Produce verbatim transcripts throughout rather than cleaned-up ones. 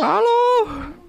Halló?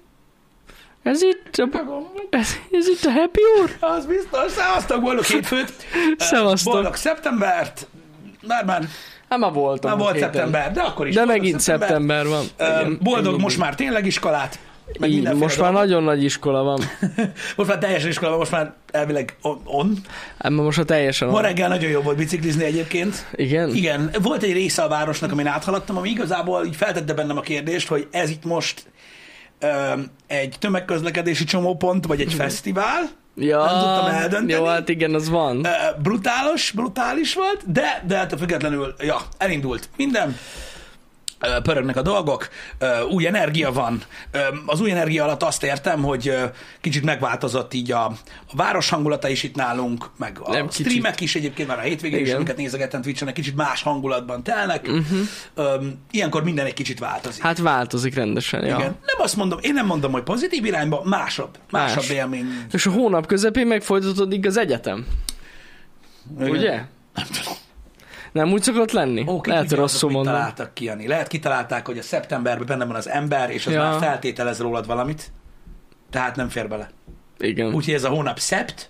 Ez itt a, ez, ez itt a Happy úr? Az biztos. Szevasztok, boldog hétfőt. Szevasztok. Boldog szeptembert. Már már. Hát már voltam. Már volt szeptember, de akkor is. De megint szeptember, szeptember van. Uh, boldog igen, most már tényleg iskolát. Így, most már nagyon nagy iskola van. Most már teljesen iskola van, most már elvileg on. on. Hát most már teljesen Ma reggel nagyon jó volt biciklizni egyébként. Igen? Igen. Volt egy része a városnak, amin áthaladtam, ami igazából így feltette bennem a kérdést, hogy ez itt most um, egy tömegközlekedési csomópont, vagy egy fesztivál. Ja, nem tudtam eldönteni. Jó, hát igen, az van. Uh, brutális, brutális volt, de, de hát függetlenül, ja, elindult minden. Pörögnek a dolgok, új energia van. Az új energia alatt azt értem, hogy kicsit megváltozott így a, a város hangulata is itt nálunk, meg a nem streamek kicsit. Is egyébként már a hétvégén is, amiket nézegettem Twitch-en, egy kicsit más hangulatban telnek. Uh-huh. Ilyenkor minden egy kicsit változik. Hát változik rendesen, ja. Igen. Nem azt mondom, én nem mondom, hogy pozitív irányba, másabb. Másabb Más. élmény. És a hónap közepén megfolytatódik az egyetem. Igen. Ugye? Nem tudom. Nem úgy szokott lenni? Ó, lehet, hogy rosszul mondom. Találtak ki, Jani. Lehet kitalálták, hogy a szeptemberben benne van az ember, és az ja. már feltételez rólad valamit, tehát nem fér bele. Igen. Úgyhogy ez a hónap szept,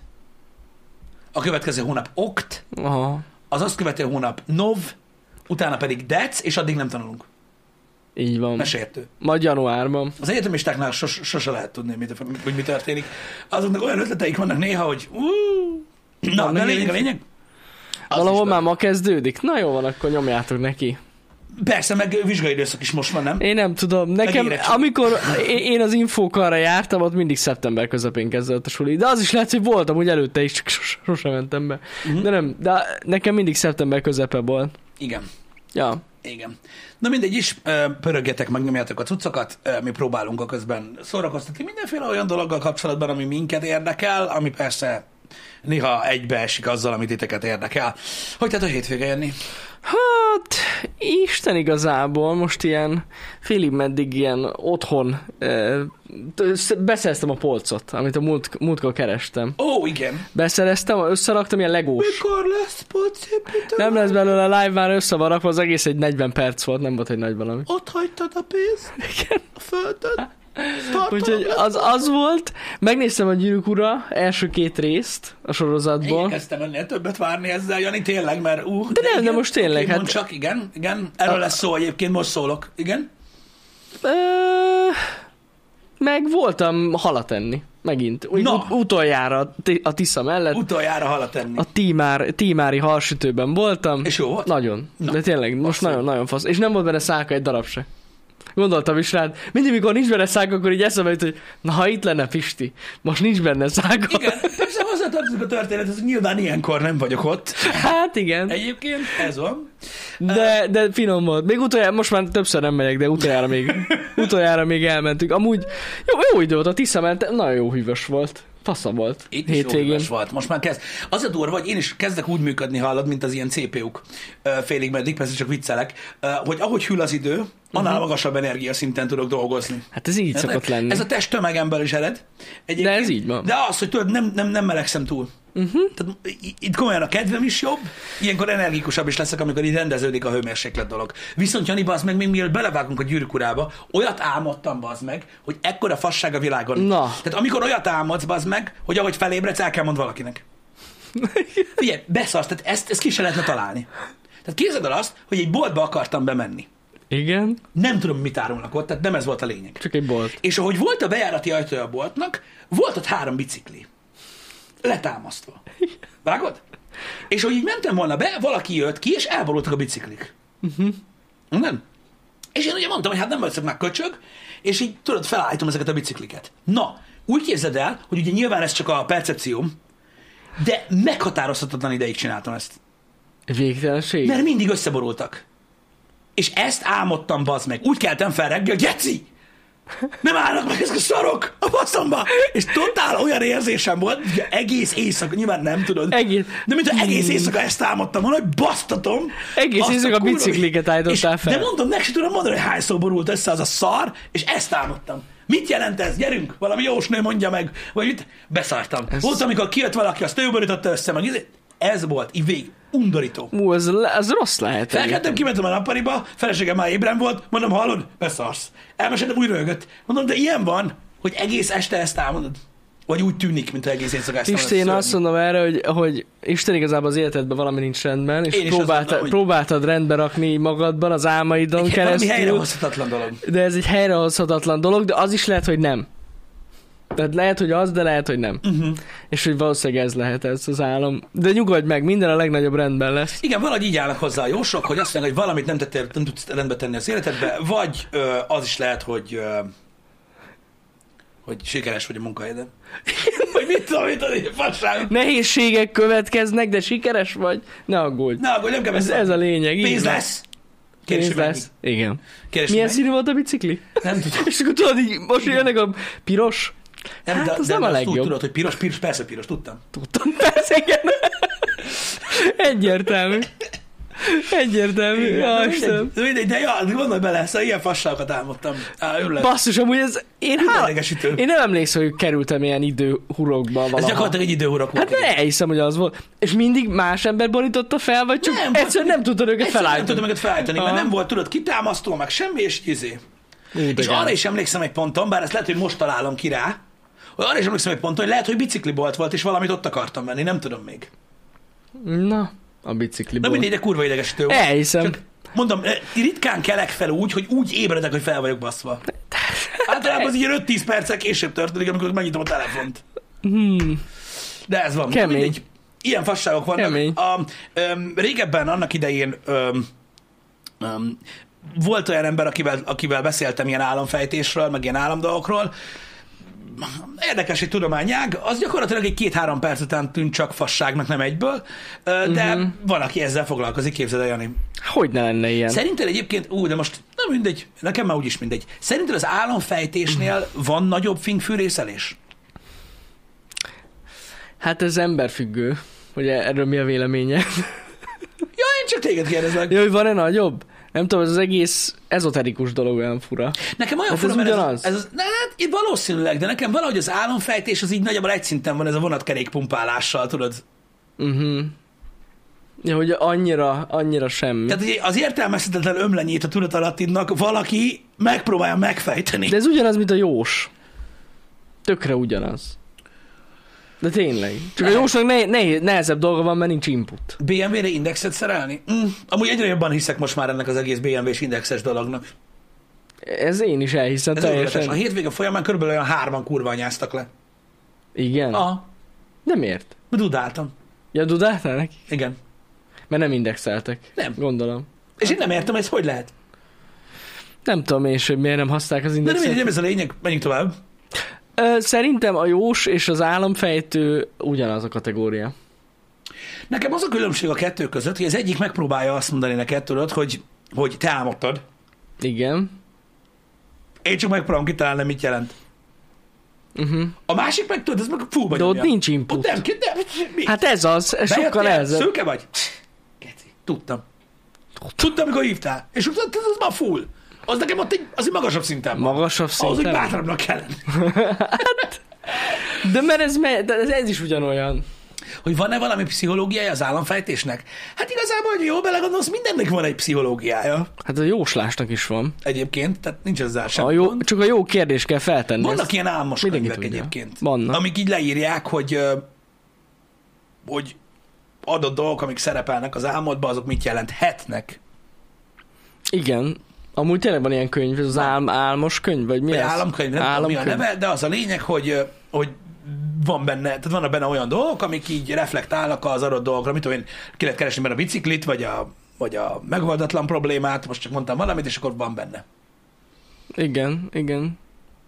a következő hónap okt, aha. az azt követő hónap nov, utána pedig dec, és addig nem tanulunk. Így van. Mesértő. Majd januárban. Az egyetemistáknál sos, sose lehet tudni, hogy mi történik. Azoknak olyan ötleteik vannak néha, hogy uh, na, de lényeg a lényeg. Az valahol már ma kezdődik? Na jó van, akkor nyomjátok neki. Persze, meg vizsgaidőszak is most van, nem? Én nem tudom. Nekem, amikor én az infókarra jártam, ott mindig szeptember közepén kezdődött a suli. De az is lehet, hogy voltam, úgy előtte is, csak sosem mentem be. Uh-huh. De nem, de nekem mindig szeptember közepe volt. Igen. Ja. Igen. Na mindegy is, pörögjetek, megnyomjátok a cuccokat, mi próbálunk a közben szórakoztatni mindenféle olyan dologgal kapcsolatban, ami minket érdekel, ami persze néha egybeesik azzal, amit titeket érdekel. Hogy tehát a hétvége jönni? Hát, Isten igazából most ilyen félig meddig ilyen otthon eh, beszereztem a polcot, amit a múlt, múltkor kerestem. Ó, igen. Beszereztem, összeraktam ilyen legós. Mikor lesz polc? Nem lesz belőle a live, már össze van rakva, az egész egy negyven perc volt, nem volt egy nagy valami. Ott hagytad a pénzt? Igen. A földön? Úgyhogy az, az volt. Megnéztem a Gyűrűk ura első két részt a sorozatból. Én kezdtem ennél többet várni ezzel, Jani, tényleg, mert uh, de, de nem, de most tényleg. Okay, hát... csak, igen, igen. Erről a... lesz szó egyébként, most szólok. Igen? Ö... Meg voltam halat enni. Megint. Úgy, ut- utoljára a Tisza mellett. Utoljára halat enni. A tímár, tímári halsütőben voltam. És jó volt? Nagyon. Na, de tényleg, most nagyon-nagyon fasz. És nem volt benne szálka egy darab se. Gondoltam is rád, mindig, mikor nincs benne szálka, akkor így eszembe jut, hogy na, ha itt lenne Pisti, most nincs benne szálka. Igen, persze hozzátartozik a történet, hogy nyilván ilyenkor nem vagyok ott. Hát igen. Egyébként ez van. De, de finom volt. Még utoljára, most már többször nem megyek, de utoljára még, utoljára még elmentünk. Amúgy jó, jó idő volt, a Tisza ment, nagyon jó hűvös volt. Fasza volt. Itt is jó volt. Most már kezd. Az a durva, hogy én is kezdek úgy működni, hallod, mint az ilyen cé pé uk félig meddig, persze csak viccelek, hogy ahogy hűl az idő, annál uh-huh. magasabb energiaszinten tudok dolgozni. Hát ez így hát szokott lenni. Ez a test tömegemből is ered. De ez így van. De az, hogy tudod, nem, nem, nem melegszem túl. Uh-huh. Tehát itt komolyan a kedvem is jobb, ilyenkor energikusabb is leszek, amikor itt rendeződik a hőmérséklet dolog. Viszont Jani, bazd meg, még mielőtt belevágunk a Gyűrűk urába, olyat álmodtam, bazd meg, hogy ekkora fasság a világon. Na. Tehát amikor olyat álmodsz, bazd meg, hogy ahogy felébredsz, el kell mond valakinek. Figyelj, beszarsz, tehát ezt, ezt ki se lehetne találni. Tehát képzeld el azt, hogy egy boltba akartam bemenni. Igen. Nem tudom, mit árulnak ott, tehát nem ez volt a lényeg. Csak egy bolt. És ahogy volt a bejárati ajtója a boltnak, volt ott három bicikli. Letámasztva. Vágod? És hogy így mentem volna be, valaki jött ki, és elborultak a biciklik. Uh-huh. Nem? És én ugye mondtam, hogy hát nem veszek már köcsög, és így tudod, felállítom ezeket a bicikliket. Na, úgy képzeld el, hogy ugye nyilván ez csak a percepcióm, de meghatározhatatlan ideig csináltam ezt. Végtelenség? Mert mindig összeborultak. És ezt álmodtam, bazd meg. Úgy keltem fel reggel, geci! Nem állnak meg ezek a szarok a faszomba! És totál olyan érzésem volt, hogy egész éjszaka, nyilván nem tudod, egész... de mint hogy egész éjszaka ezt álmodtam volna, hogy basztatom. Egész éjszaka a bicikliket állítottál fel. De mondom, meg sem tudom mondani, hogy hányszor borult össze az a szar, és ezt álmodtam. Mit jelent ez? Gyerünk, valami jósnő mondja meg. Vagy mit? Beszartam. Ez... Volt, amikor kijött valaki, azt ő borította össze, meg ez volt, így végig. undorító. Ú, ez, ez rossz lehet. Felkeltem, kimentem a nappaliba, feleségem már ébren volt, mondom, hallod, beszarsz. Elmeséltem, újra rögött. Mondom, de ilyen van, hogy egész este ezt álmodod. Vagy úgy tűnik, mint egész éjszaka ezt Isten, én azt mondom erre, hogy, hogy Isten igazából az életedben valami nincs rendben, és próbáltad, mondom, hogy... próbáltad rendbe rakni magadban, az álmaidon egy keresztül. Valami helyrehozhatatlan dolog. De ez egy helyrehozhatatlan dolog, de az is lehet, hogy nem. Tehát lehet, hogy az, de lehet, hogy nem. Uh-huh. És hogy valószínűleg ez lehet ez az álom. De nyugodj meg, minden a legnagyobb rendben lesz. Igen, valahogy így állnak hozzá a jósok, hogy azt mondják, hogy valamit nem, tettél, nem tudsz rendbe tenni az életedbe, vagy ö, az is lehet, hogy ö, hogy sikeres vagy a munkahelyeden. Vagy mit tudom, mit tudom, fasság. Nehézségek következnek, de sikeres vagy? Ne aggódj. Ne aggódj, nem kell ez, ez a lényeg. Pénz lesz. Pénz lesz. Igen. Kérdés, milyen színű volt a bicikli? Nem tudom. És akkor tudod, így most jönnek a piros. Nem, hát de, az de nem a legjobb. Tudod, hogy piros, piros, persze piros, tudtam. Tudtam, persze, igen. Egyértelmű. Egyértelmű. Ja, Istenem. De mindegy, de ja, gondolj bele, szóval ilyen fasságokat álmodtam. Á, basszus, amúgy ez... Én, há... én nem emlékszem, hogy kerültem ilyen időhurokba valaha. Ez gyakorlatilag egy időhurok volt. Hát ne elhiszem, hogy az volt. És mindig más ember bonította fel, vagy csak nem, egyszerűen nem tudtad őket felállítani. Nem tudtam őket felállítani, mert nem volt, tudod, kitámasztó, meg semmi, és izé. És arra is emlékszem egy ponton, bár ezt lehet, hogy most találom ki rá, hogy arra is emlékszem egy ponton, hogy lehet, hogy biciklibolt volt, és valamit ott akartam venni, nem tudom még. Na, a biciklibolt. Na mindegy, de kurva idegesítő volt. Elhiszem. Csak mondom, ritkán kelek fel úgy, hogy úgy ébredek, hogy fel vagyok baszva. Általában az így öt-tíz perccel később történik, amikor megnyitom a telefont. Hmm. De ez van. Kemény. Mindegy. Ilyen fasságok vannak. Kemény. A, öm, régebben, annak idején öm, öm, volt olyan ember, akivel, akivel beszéltem ilyen álomfejtésről, meg ilyen álomdolgokról. Érdekes egy tudományág, az gyakorlatilag egy két-három perc után tűnt csak fasságnak, nem egyből, de uh-huh. van, aki ezzel foglalkozik, képzeld el, Jani. Hogy ne lenne ilyen? Szerinted egyébként, ú, de most nem mindegy, nekem már úgyis mindegy. Szerinted az álomfejtésnél uh-huh. van nagyobb fingfűrészelés? Hát ez emberfüggő, hogy erről mi a véleménye. Ja, én csak téged kérdezlek. Ja, hogy van-e nagyobb? Nem tudom, ez az egész ezoterikus dolog olyan fura. Nekem olyan hát fura, ez mert ugyanaz. ez, ez, ne, hát, valószínűleg, de nekem valahogy az álomfejtés az így nagyjából egy szinten van, ez a vonatkerékpumpálással, tudod? Uh-huh. Ja, hogy annyira, annyira semmi. Tehát az értelmezhetetlen ömlenyét a tudatalattinak valaki megpróbálja megfejteni. De ez ugyanaz, mint a jós. Tökre ugyanaz. De tényleg. Csak ne. A jósnak ne, ne, nehezebb dolga van, mert nincs input. bé em vé-re indexet szerelni? Mm. Amúgy egyre jobban hiszek most már ennek az egész bé em vé-s indexes dolognak. Ez én is elhiszem ez teljesen. A hétvége folyamán körülbelül olyan hárman kurva anyáztak le. Igen? Aha. De miért? Dudáltam. Ja, dudáltál neki? Igen. Mert nem indexeltek. Nem. Gondolom. És én nem értem, hogy ez hogy lehet. Nem tudom én is, hogy miért nem használják az indexet. De nem, nem ez a lényeg, menjünk tovább. Szerintem a jós és az álomfejtő ugyanaz a kategória. Nekem az a különbség a kettő között, hogy az egyik megpróbálja azt mondani neked, tudod, hogy, hogy te álmodtad. Igen. Én csak megpróbálom kitalálni, mit jelent. Uh-huh. A másik meg tudod, ez meg fúba de ott nincs input. Ott nem, nem, mi? Hát ez az, ez sokkal nehezebb. Szőke vagy? Geci, tudtam. Tudtam, amikor hívtál. És utána az már full. Az nekem ott egy, az egy magasabb szinten van. Magasabb szinten? Az, hogy bátrabbnak kell lenni. Hát, de mert ez, de ez is ugyanolyan. Hogy van-e valami pszichológiája az álomfejtésnek? Hát igazából, hogy jól belegondolsz, mindennek van egy pszichológiája. Hát a jóslásnak is van. Egyébként, tehát nincs ezzel sem. A jó, csak a jó kérdés kell feltenni. Vannak ezt ilyen álmos könyvek egyébként. Vannak. Amik így leírják, hogy, hogy adott dolgok, amik szerepelnek az álmodban, azok mit jelenthetnek. Igen. Amúgy tényleg van ilyen könyv, ez az álm, álmos könyv, vagy mi vagy ez? Államkönyv, nem államkönyv. tudom mi a neve, de az a lényeg, hogy, hogy van benne, tehát vannak benne olyan dolgok, amik így reflektálnak az adott dolgokra, mit tudom én, ki lehet keresni benne a biciklit, vagy a, vagy a megoldatlan problémát, most csak mondtam valamit, és akkor van benne. Igen, igen.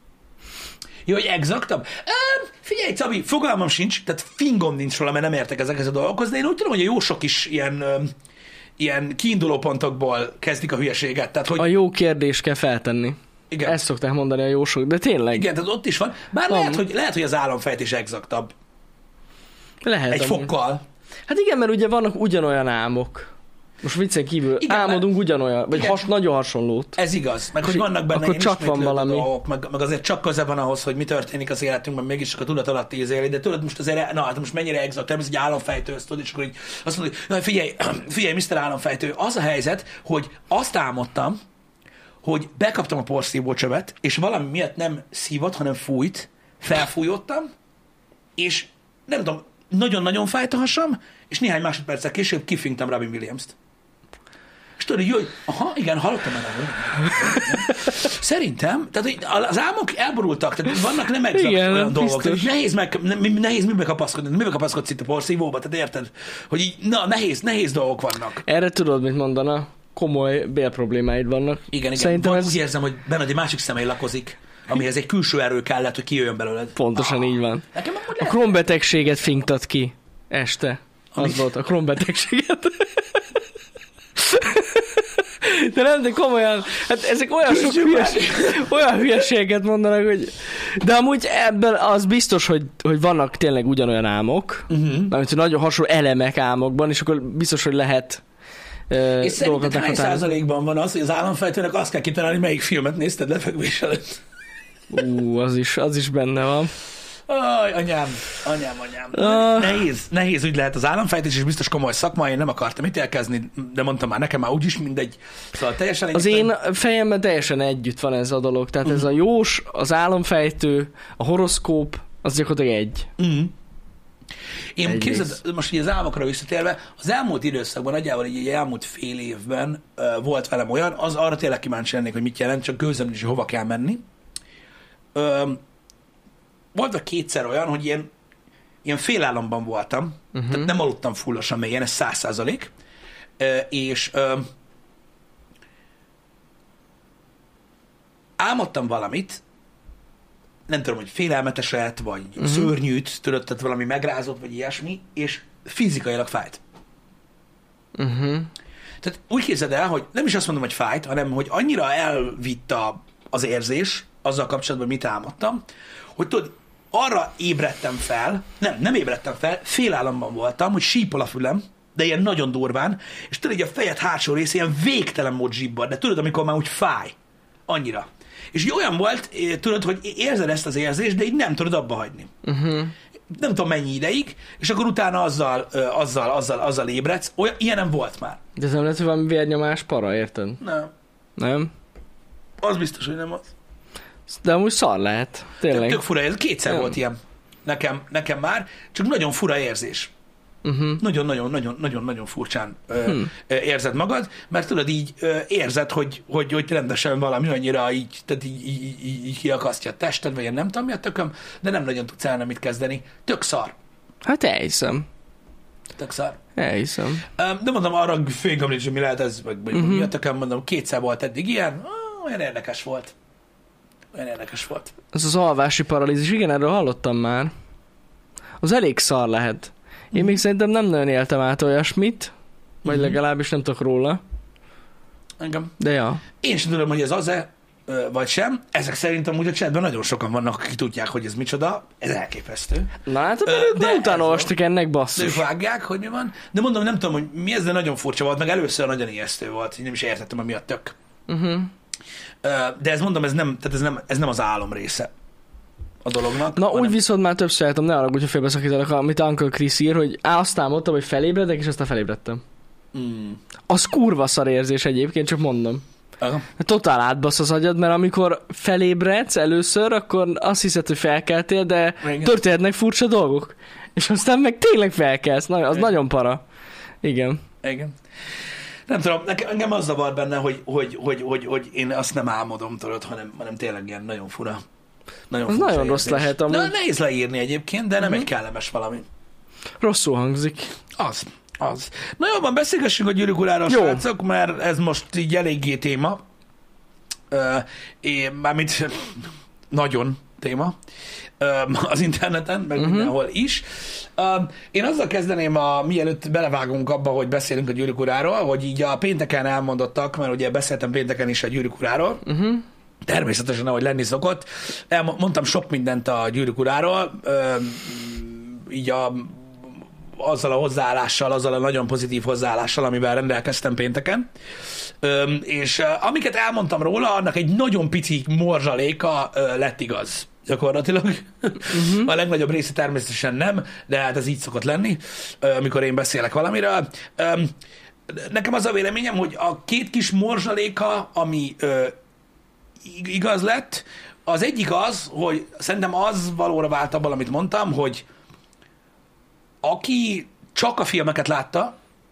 Jó, hogy exaktabb? Uh, figyelj, Cabi, fogalmam sincs, tehát fingom nincs róla, mert nem értek ezekhez a dolgokhoz, de én úgy tudom, hogy a jó sok is ilyen, uh, ilyen kiinduló pontokból kezdik a hülyeséget. Tehát, hogy... A jó kérdést kell feltenni. Igen. Ezt szokták mondani a jósok, de tényleg. Igen, tehát ott is van. Bár lehet hogy, lehet, hogy az álomfejtés exaktabb. Lehet. Egy amúgy. fokkal. Hát igen, mert ugye vannak ugyanolyan álmok. Most viccen kívül igen, álmodunk mert, ugyanolyan, vagy has, nagyon hasonlót. Ez igaz, meg hogy vannak benne akkor csak van valami. Dolgok, meg, meg azért csak köze van ahhoz, hogy mi történik az életünkben, mégis csak a tudat alatt érzéli, de tudod most azért, na hát most mennyire exakt, természetesen egy álomfejtő, azt tudod, és akkor így azt mondod, hogy na, figyelj, figyelj, miszter Álomfejtő, az a helyzet, hogy azt álmodtam, hogy bekaptam a porszívócsövet, és valami miatt nem szívott, hanem fújt, felfújottam, és nem tudom, nagyon-nagyon fájt a hasam, és néhány másodperccel később kifinktam Robin Williams-t. És tudod, hogy, hogy aha, igen, hallottam már erről. Szerintem, tehát az álmok elborultak, tehát vannak nem exakt igen, olyan dolgok, tehát nehéz, meg, nehéz mibe kapaszkodni, mibe kapaszkodsz itt a porszívóba, tehát érted? Hogy így, na, nehéz, nehéz dolgok vannak. Erre tudod, mit mondana? Komoly bélproblémáid vannak. Igen, igen. Szerintem Van, ez... úgy érzem, hogy benned egy másik személy lakozik, amihez egy külső erő kellett, hogy kijöjjön belőled. Pontosan ah, így van. A lehet... krómbetegséget finktad ki este. Az Ami... volt a krómbetegséget. De nem, de komolyan, hát ezek olyan sok hülyeség, olyan hülyeséget mondanak, hogy... De amúgy ebben az biztos, hogy, hogy vannak tényleg ugyanolyan álmok, uh-huh. mert nagyon hasonló elemek álmokban, és akkor biztos, hogy lehet uh, és szerinted hány százalékban van az, hogy az álomfejtőnek azt kell kitalálni, melyik filmet nézted lefekvés előtt? Ú, az is, az is benne van. Aj, anyám, anyám, anyám. Uh, nehéz, nehéz úgy lehet az álomfejtés, és biztos komoly szakma, én nem akartam ítélkezni, de mondtam már, nekem már úgyis mindegy. Szóval teljesen az én fejemben teljesen együtt van ez a dolog, tehát uh-huh. ez a jós, az álomfejtő, a horoszkóp, az gyakorlatilag egy. Uh-huh. Én képzeld, most így az álmokra visszatérve, az elmúlt időszakban, nagyjából így egy elmúlt fél évben uh, volt velem olyan, az arra tényleg kíváncsi lennék, hogy mit jelent, csak gőzöm is, hogy hova kell menni. Uh, Volt kétszer olyan, hogy ilyen, ilyen félállamban voltam, uh-huh. tehát nem aludtam fullosan mélyen, ez száz százalék, és ö, álmodtam valamit, nem tudom, hogy félelmeteset, vagy uh-huh. szörnyűt, tudod, tehát valami megrázott, vagy ilyesmi, és fizikailag fájt. Uh-huh. Tehát úgy képzeld el, hogy nem is azt mondom, hogy fájt, hanem hogy annyira elvitt az érzés, azzal kapcsolatban, mit álmodtam, hogy tudod, arra ébredtem fel, nem, nem ébredtem fel, félállamban voltam, hogy sípol a fülem, de ilyen nagyon durván, és tudod, hogy a fejed hátsó része ilyen végtelen mód zsibbad, de tudod, amikor már úgy fáj. Annyira. És így olyan volt, tudod, hogy érzed ezt az érzést, de így nem tudod abba hagyni. Uh-huh. Nem tudom mennyi ideig, és akkor utána azzal, azzal, azzal, azzal ébredsz. Olyan, ilyen nem volt már. De ez nem lehet, hogy valami vérnyomás para, érted? Nem. Nem? Az biztos, hogy nem az. De amúgy szar lehet. Tényleg. Tök, tök fura, ez kétszer nem. volt ilyen nekem, nekem már, csak nagyon fura érzés. Uh-huh. Nagyon-nagyon-nagyon-nagyon furcsán hmm. érzed magad, mert tudod így érzed, hogy, hogy, hogy rendesen valami annyira így, tehát így, így, így, így kiakasztja a tested, vagy én nem tudom mi a tököm, de nem nagyon tudsz el mit kezdeni. Tök szar. Hát elhiszem. Tök szar. Elhiszem. De mondom, arra fénygam nincs, hogy mi lehet ez, vagy uh-huh. mi a tököm, mondom, kétszer volt eddig ilyen, olyan érdekes volt. Olyan érdekes volt. Ez az alvási paralízis, igen, erről hallottam már. Az elég szar lehet. Én uh-huh. még szerintem nem nagyon éltem át olyasmit, vagy uh-huh. legalábbis nem tudok róla. Engem. De ja. Én sem tudom, hogy ez az-e, vagy sem. Ezek szerintem úgy a chatben nagyon sokan vannak, akik tudják, hogy ez micsoda. Ez elképesztő. Na hát, de, de utána olvastak ennek, basszus. Ők vágják, hogy mi van. De mondom, nem tudom, hogy mi ez, de nagyon furcsa volt, meg először nagyon ijesztő volt. Én nem is értettem, hogy mi a tök. Uh-huh. De ez mondom, ez nem, tehát ez nem, ez nem az álom része a dolognak. Na hanem... úgy viszont már többször álltam, ne arra, hogyha félbeszakítanak, amit Uncle Chris ír, hogy á, azt álmodtam, hogy felébredek, és aztán felébredtem. Mm. Az kurva szar érzés egyébként, csak mondom. Aha. Totál átbasz az agyad, mert amikor felébredsz először, akkor azt hiszed, hogy felkeltél, de igen. történhetnek furcsa dolgok. És aztán meg tényleg felkelsz. Az igen. nagyon para. Igen. Igen. Nem tudom, nekem, engem az zavar benne, hogy, hogy, hogy, hogy, hogy én azt nem álmodom, tudod, hanem, hanem tényleg ilyen nagyon fura. Nagyon, az nagyon érzés. Rossz lehet amúgy. Na, nehéz leírni egyébként, de nem uh-huh. egy kellemes valami. Rosszul hangzik. Az, az. Na jó, van, beszélgessünk a Gyűrűk Uráról, srácok, mert ez most így eléggé téma. Uh, én, mármint nagyon téma uh, az interneten, meg uh-huh. mindenhol is. Uh, én azzal kezdeném, a, mielőtt belevágunk abba, hogy beszélünk a Gyűrűk Uráról, hogy így a pénteken elmondottak, mert ugye beszéltem pénteken is a Gyűrűk Uráról, uh-huh. természetesen, ahogy lenni szokott. Elmondtam sok mindent a Gyűrűk Uráról, uh, így a azzal a hozzáállással, azzal a nagyon pozitív hozzáállással, amivel rendelkeztem pénteken. Öm, és uh, amiket elmondtam róla, annak egy nagyon pici morzsaléka uh, lett igaz. Gyakorlatilag. Uh-huh. A legnagyobb része természetesen nem, de hát ez így szokott lenni, uh, amikor én beszélek valamiről. Um, nekem az a véleményem, hogy a két kis morzsaléka, ami uh, igaz lett, az egyik az, hogy szerintem az valóra vált abban, amit mondtam, hogy aki csak a filmeket látta,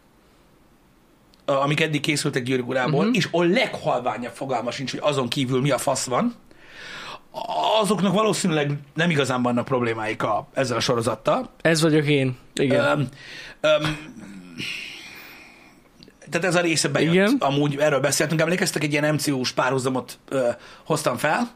amik eddig készültek Gyűrűk urából, uh-huh. és a leghalványabb fogalma sincs, hogy azon kívül mi a fasz van, azoknak valószínűleg nem igazán vannak problémáik a, ezzel a sorozattal. Ez vagyok én. Igen. Um, um, tehát ez a része bejött. Igen. Amúgy erről beszéltünk. Emlékeztek, egy ilyen em cé u-s párhuzamot uh, hoztam fel.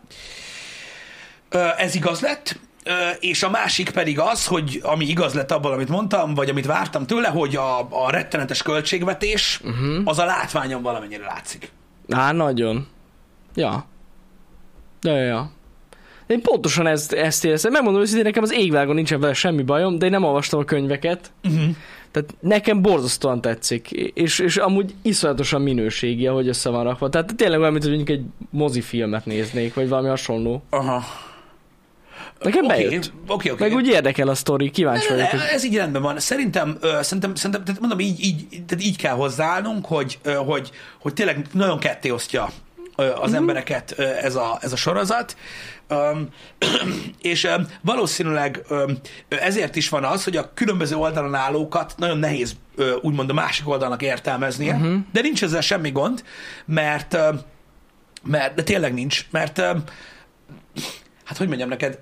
Uh, ez igaz lett. Uh, és a másik pedig az, hogy ami igaz lett abban, amit mondtam, vagy amit vártam tőle, hogy a, a rettenetes költségvetés, uh-huh. az a látványon valamennyire látszik. Á, nagyon. Ja. Ja, ja, ja. Én pontosan ezt, ezt éreztem. Megmondom őszintén, nekem az égvágon nincsen vele semmi bajom, de én nem olvastam a könyveket. Uh-huh. Tehát nekem borzasztóan tetszik. És, és amúgy iszonyatosan minőségi, ahogy össze van rakva. Tehát tényleg olyan, mint hogy mondjuk egy mozifilmet néznék, vagy valami hasonló. Aha. Nekem okay, bejött. Okay, okay. Meg úgy érdekel a sztori, kíváncsi ne, vagyok. Ne, hogy... Ez így rendben van. Szerintem, uh, szerintem, szerintem tehát mondom, így, így, tehát így kell hozzáállnunk, hogy, uh, hogy, hogy tényleg nagyon ketté osztja uh, az mm-hmm. embereket uh, ez, a, ez a sorozat. Um, és um, valószínűleg um, ezért is van az, hogy a különböző oldalon állókat nagyon nehéz uh, úgymond a másik oldalnak értelmeznie, uh-huh. de nincs ezzel semmi gond, mert, uh, mert de tényleg nincs, mert uh, hát hogy mondjam neked,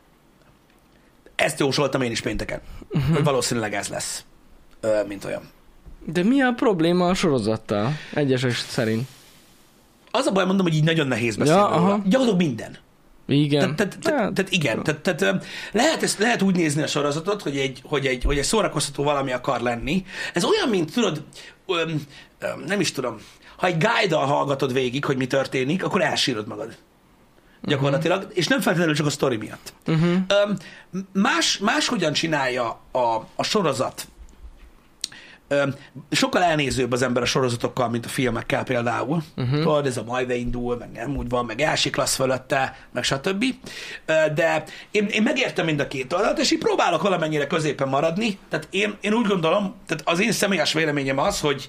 ezt jósoltam én is pénteken, uh-huh. hogy valószínűleg ez lesz, uh, mint olyan. De mi a probléma a sorozattal? Egyesek szerint. Az a baj, mondom, hogy így nagyon nehéz beszélni ja, róla. Gyakorlatilag minden. Igen. Tehát, tehát, tehát igen, tehát, tehát lehet, ezt, lehet úgy nézni a sorozatot, hogy egy, hogy, egy, hogy egy szórakoztató valami akar lenni. Ez olyan, mint tudod, öm, öm, nem is tudom, ha egy guide-dal hallgatod végig, hogy mi történik, akkor elsírod magad. Gyakorlatilag, uh-huh. és nem feltétlenül csak a sztori miatt. Uh-huh. Öm, más, máshogyan csinálja a, a sorozat. Öm, sokkal elnézőbb az ember a sorozatokkal, mint a filmekkel például. Uh-huh. Tudod, ez a majd beindul, meg nem úgy van, meg elsiklasz fölötte, meg stb. De én, én megértem mind a két oldalt, és így próbálok valamennyire középen maradni. Tehát én, én úgy gondolom, tehát az én személyes véleményem az, hogy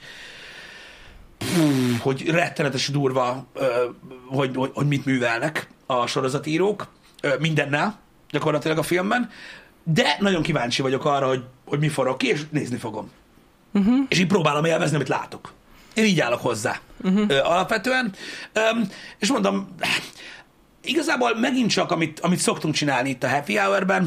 hogy rettenetes durva, hogy, hogy, hogy mit művelnek a sorozatírók mindennel, gyakorlatilag a filmben, de nagyon kíváncsi vagyok arra, hogy, hogy mi forog ki, és nézni fogom. Uh-huh. És így próbálom élvezni, amit látok. Én így állok hozzá uh-huh. alapvetően. És mondom, igazából megint csak, amit, amit szoktunk csinálni itt a Happy Hour-ben,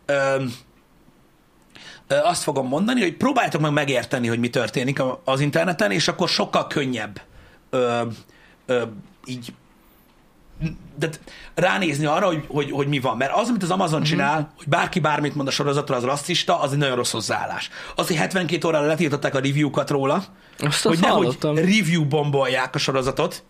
azt fogom mondani, hogy próbáljátok meg megérteni, hogy mi történik az interneten, és akkor sokkal könnyebb ö, ö, így de ránézni arra, hogy, hogy, hogy mi van. Mert az, amit az Amazon uh-huh. csinál, hogy bárki bármit mond a sorozatról, az rasszista, az egy nagyon rossz hozzáállás. Az, hogy hetvenkét órára letiltották a review-kat róla, azt hogy nehogy review bombolják a sorozatot.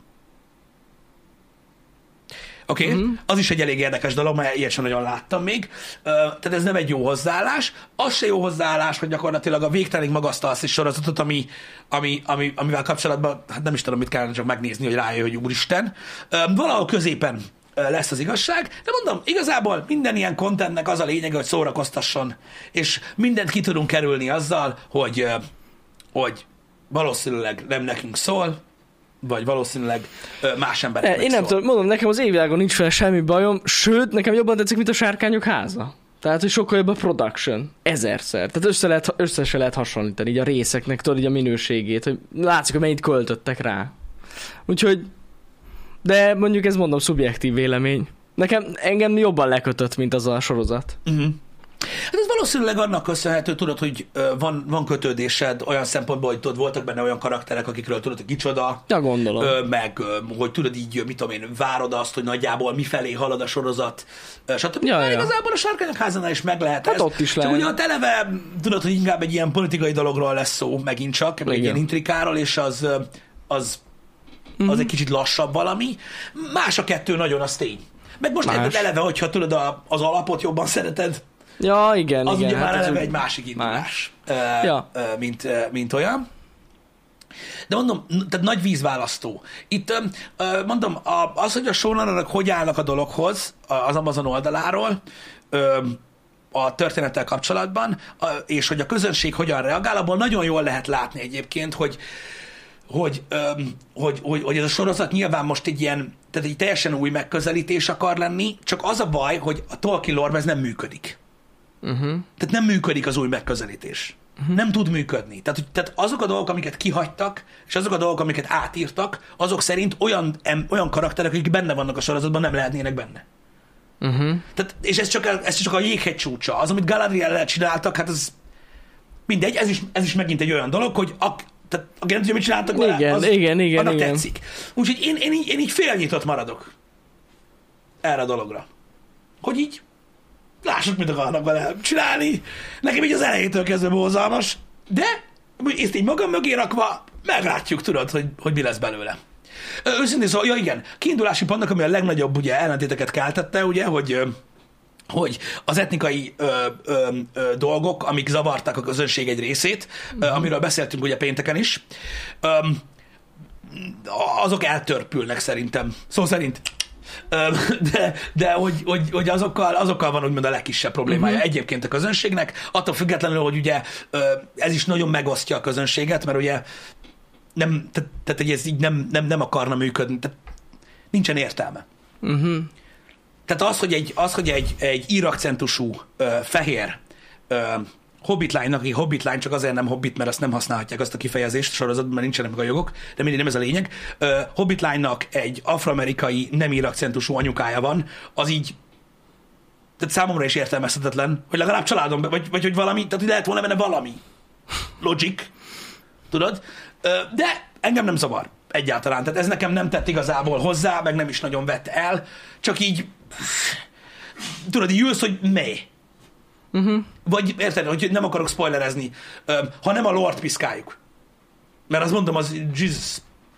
Oké, okay. uh-huh. az is egy elég érdekes dolog, mert ilyet sem nagyon láttam még. Uh, tehát ez nem egy jó hozzáállás. Az se jó hozzáállás, hogy gyakorlatilag a végtelenig magasztalsz egy sorozatot, ami, ami, ami, amivel kapcsolatban, hát nem is tudom, mit kellene csak megnézni, hogy rájöjj, hogy úristen. Uh, valahol középen uh, lesz az igazság, de mondom, igazából minden ilyen contentnek az a lényege, hogy szórakoztasson, és mindent ki tudunk kerülni azzal, hogy, uh, hogy valószínűleg nem nekünk szól, vagy valószínűleg más emberek. Én nem tudom, mondom, nekem az évvilágon nincs fel semmi bajom, sőt, nekem jobban tetszik, mint a Sárkányok háza. Tehát, hogy sokkal jobb a production. Ezerszer. Tehát össze, lehet, össze se lehet hasonlítani így a részeknek, tudod, így a minőségét, hogy látszik, hogy mennyit költöttek rá. Úgyhogy, de mondjuk ez mondom szubjektív vélemény. Nekem engem jobban lekötött, mint az a sorozat. Uh-huh. Hát ez valószínűleg annak köszönhető, tudod, hogy van, van kötődésed olyan szempontból, hogy tudod, voltak benne olyan karakterek, akikről tudod, hogy kicsoda. Ja, gondolom. Meg, hogy tudod így, mit tudom én, várod azt, hogy nagyjából mifelé halad a sorozat, stb. Ja, ja. Igazából a Sárkányok házánál is meg lehet hát ez. ott is lehet. Csak ugye a televe, tudod, hogy inkább egy ilyen politikai dologról lesz szó, megint csak, igen. Egy ilyen intrikáról, és az, az, az mm-hmm. egy kicsit lassabb valami. Más a kettő nagyon, az tény. Meg most érted eleve, hogyha tudod, a, az alapot jobban szereted, Ja, igen, az igen. ugye már hát eleve úgy... egy másik indulás, Más. Ja. mint, mint olyan. De mondom, tehát nagy vízválasztó. Itt mondom, az, hogy a showrunnerek hogy állnak a dologhoz az Amazon oldaláról, a történettel kapcsolatban, és hogy a közönség hogyan reagál, abból nagyon jól lehet látni egyébként, hogy, hogy, hogy, hogy, hogy ez a sorozat nyilván most egy ilyen, tehát egy teljesen új megközelítés akar lenni, csak az a baj, hogy a Tolkien lore ez nem működik. Uh-huh. Tehát nem működik az új megközelítés. Uh-huh. Nem tud működni. Tehát, tehát azok a dolgok, amiket kihagytak, és azok a dolgok, amiket átírtak, azok szerint olyan, em, olyan karakterek, akik benne vannak a sorozatban, nem lehetnének benne. Uh-huh. Tehát, és ez csak, ez csak a jéghegy csúcsa. Az, amit Galadriel-el csináltak, hát ez mindegy, ez is, ez is megint egy olyan dolog, hogy a, tehát, aki nem tudja, mit csináltak vele, igen, az, igen, igen, annak igen. tetszik. Úgyhogy én, én, így, én így félnyitott maradok erre a dologra. Hogy így lássuk, mit akarnak vele csinálni. Nekem így az elejétől kezdve borzalmas, de ezt így magam mögé rakva meglátjuk, tudod, hogy, hogy mi lesz belőle. Őszintén szóval, ja igen, kiindulási pontnak, ami a legnagyobb ugye, ellentéteket keltette, ugye, hogy, hogy az etnikai ö, ö, ö, dolgok, amik zavarták a közönség egy részét, mm-hmm. ö, amiről beszéltünk ugye pénteken is, ö, azok eltörpülnek szerintem. Szó szerint. De, de hogy, hogy, hogy azokkal, azokkal van úgymond a legkisebb problémája uh-huh. egyébként a közönségnek, attól függetlenül, hogy ugye ez is nagyon megosztja a közönséget, mert ugye nem, tehát, tehát ez így nem, nem, nem akarna működni, tehát nincsen értelme. Uh-huh. Tehát az, hogy egy, az, hogy egy, egy írakcentusú fehér ö, Hobbit lány, aki Hobbit lány, csak azért nem Hobbit, mert azt nem használhatják azt a kifejezést sorozatban, mert nincsenek meg a jogok, de mindig nem ez a lényeg. Uh, Hobbit lánynak egy afroamerikai, nem ír akcentusú anyukája van, az így, tehát számomra is értelmezhetetlen, hogy legalább családom, vagy, vagy hogy valami, tehát hogy lehet volna benne valami logic, tudod? Uh, de engem nem zavar egyáltalán, tehát ez nekem nem tett igazából hozzá, meg nem is nagyon vett el, csak így, tudod, így ülsz, hogy mely. Uh-huh. Vagy érted, hogy nem akarok spoilerezni, ha nem a Lord piszkáljuk. Mert azt mondom, az Jesus.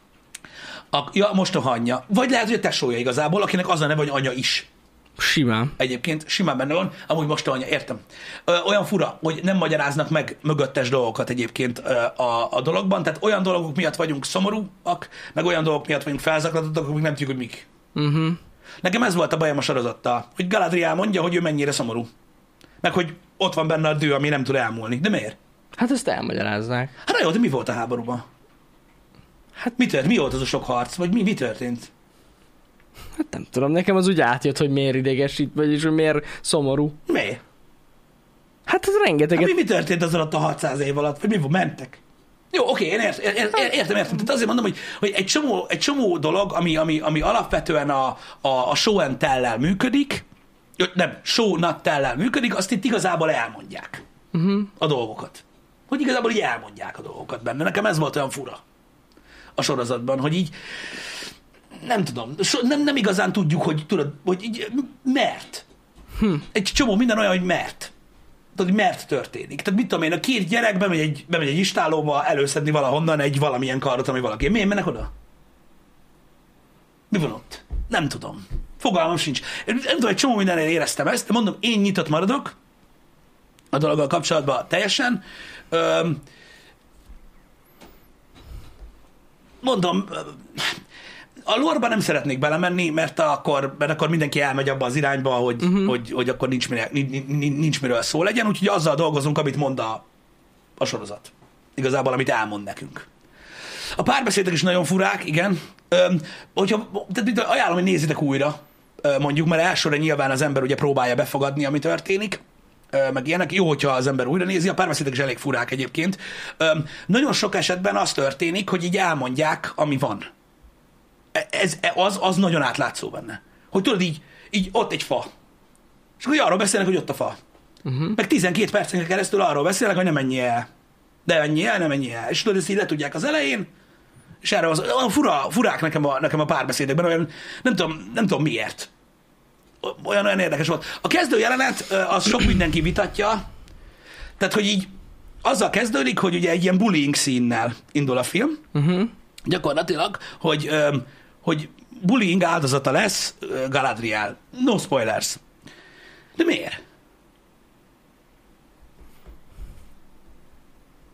A, ja, most a hanya. Vagy lehet, hogy a tesója igazából, akinek az a neve, hogy anya is. Simán. Egyébként simán benne van, amúgy most a hanya, értem. Ö, olyan fura, hogy nem magyaráznak meg mögöttes dolgokat egyébként ö, a, a dologban, tehát olyan dolgok miatt vagyunk szomorúak, meg olyan dolgok miatt vagyunk felzaklatottak, amik nem tudjuk, hogy mik. Uh-huh. Nekem ez volt a bajom a sorozattal, hogy Galadriel mondja, hogy ő mennyire szomorú. Meg hogy ott van benne a dő, ami nem tud elmúlni. De miért? Hát ezt elmagyaráznák. Hát na jó, de mi volt a háborúban? Hát mi történt? Mi volt az a sok harc? Vagy mi, mi történt? Hát nem tudom, nekem az úgy átjött, hogy miért idegesít, vagyis hogy miért szomorú. Mi? Hát ez rengeteget... Hát mi, mi történt az alatt a hatszáz év alatt? Vagy mi volt? Mentek? Jó, oké, én ért, ér, ér, értem, értem. Tehát azért mondom, hogy, hogy egy, csomó, egy csomó dolog, ami, ami, ami alapvetően a, a, a show and tell-lel működik, nem, show not tell-lel működik, azt itt igazából elmondják uh-huh. a dolgokat. Hogy igazából így elmondják a dolgokat benne. Nekem ez volt olyan fura a sorozatban, hogy így nem tudom, so, nem, nem igazán tudjuk, hogy tudod, hogy így mert. Hm. Egy csomó minden olyan, hogy mert. Tudod, hogy mert történik. Tehát mit tudom én, a két gyerek bemegy egy, bemegy egy istálóba előszedni valahonnan egy valamilyen kardot, ami valaki. Miért mennek oda? Mi van ott? Nem tudom. Fogalmam sincs. Nem tudom, egy csomó mindennél éreztem ezt, de mondom, én nyitott maradok a dologgal kapcsolatban teljesen. Öm, mondom, a lore-ba nem szeretnék belemenni, mert akkor, mert akkor mindenki elmegy abba az irányba, hogy, uh-huh. hogy, hogy akkor nincs, mire, nincs, nincs miről szó legyen, úgyhogy azzal dolgozunk, amit mond a, a sorozat. Igazából, amit elmond nekünk. A párbeszédek is nagyon furák, igen. Öm, hogyha, tehát ajánlom, hogy nézzétek újra, mondjuk, mert elsőre nyilván az ember ugye próbálja befogadni, ami történik, meg ilyenek. Jó, hogyha az ember újra nézi, a párbeszédek is elég furák egyébként. Öm, nagyon sok esetben az történik, hogy így elmondják, ami van. Ez, az, az nagyon átlátszó benne. Hogy tudod, így, így ott egy fa. És akkor arról beszélnek, hogy ott a fa. Uh-huh. Meg tizenkét percen keresztül arról beszélnek, hogy nem menj el. De menj el, nem menj el. És tudod, ezt így letudják az elején, és erre az, olyan fura, furák nekem a, nekem a párbeszédekben, olyan, nem tudom, nem tudom miért. Olyan, olyan érdekes volt. A kezdő jelenet, az sok mindenki vitatja, tehát, hogy így azzal kezdődik, hogy ugye egy ilyen bullying színnel indul a film, uh-huh. gyakorlatilag, hogy, hogy bullying áldozata lesz Galadriel. No spoilers. De miért?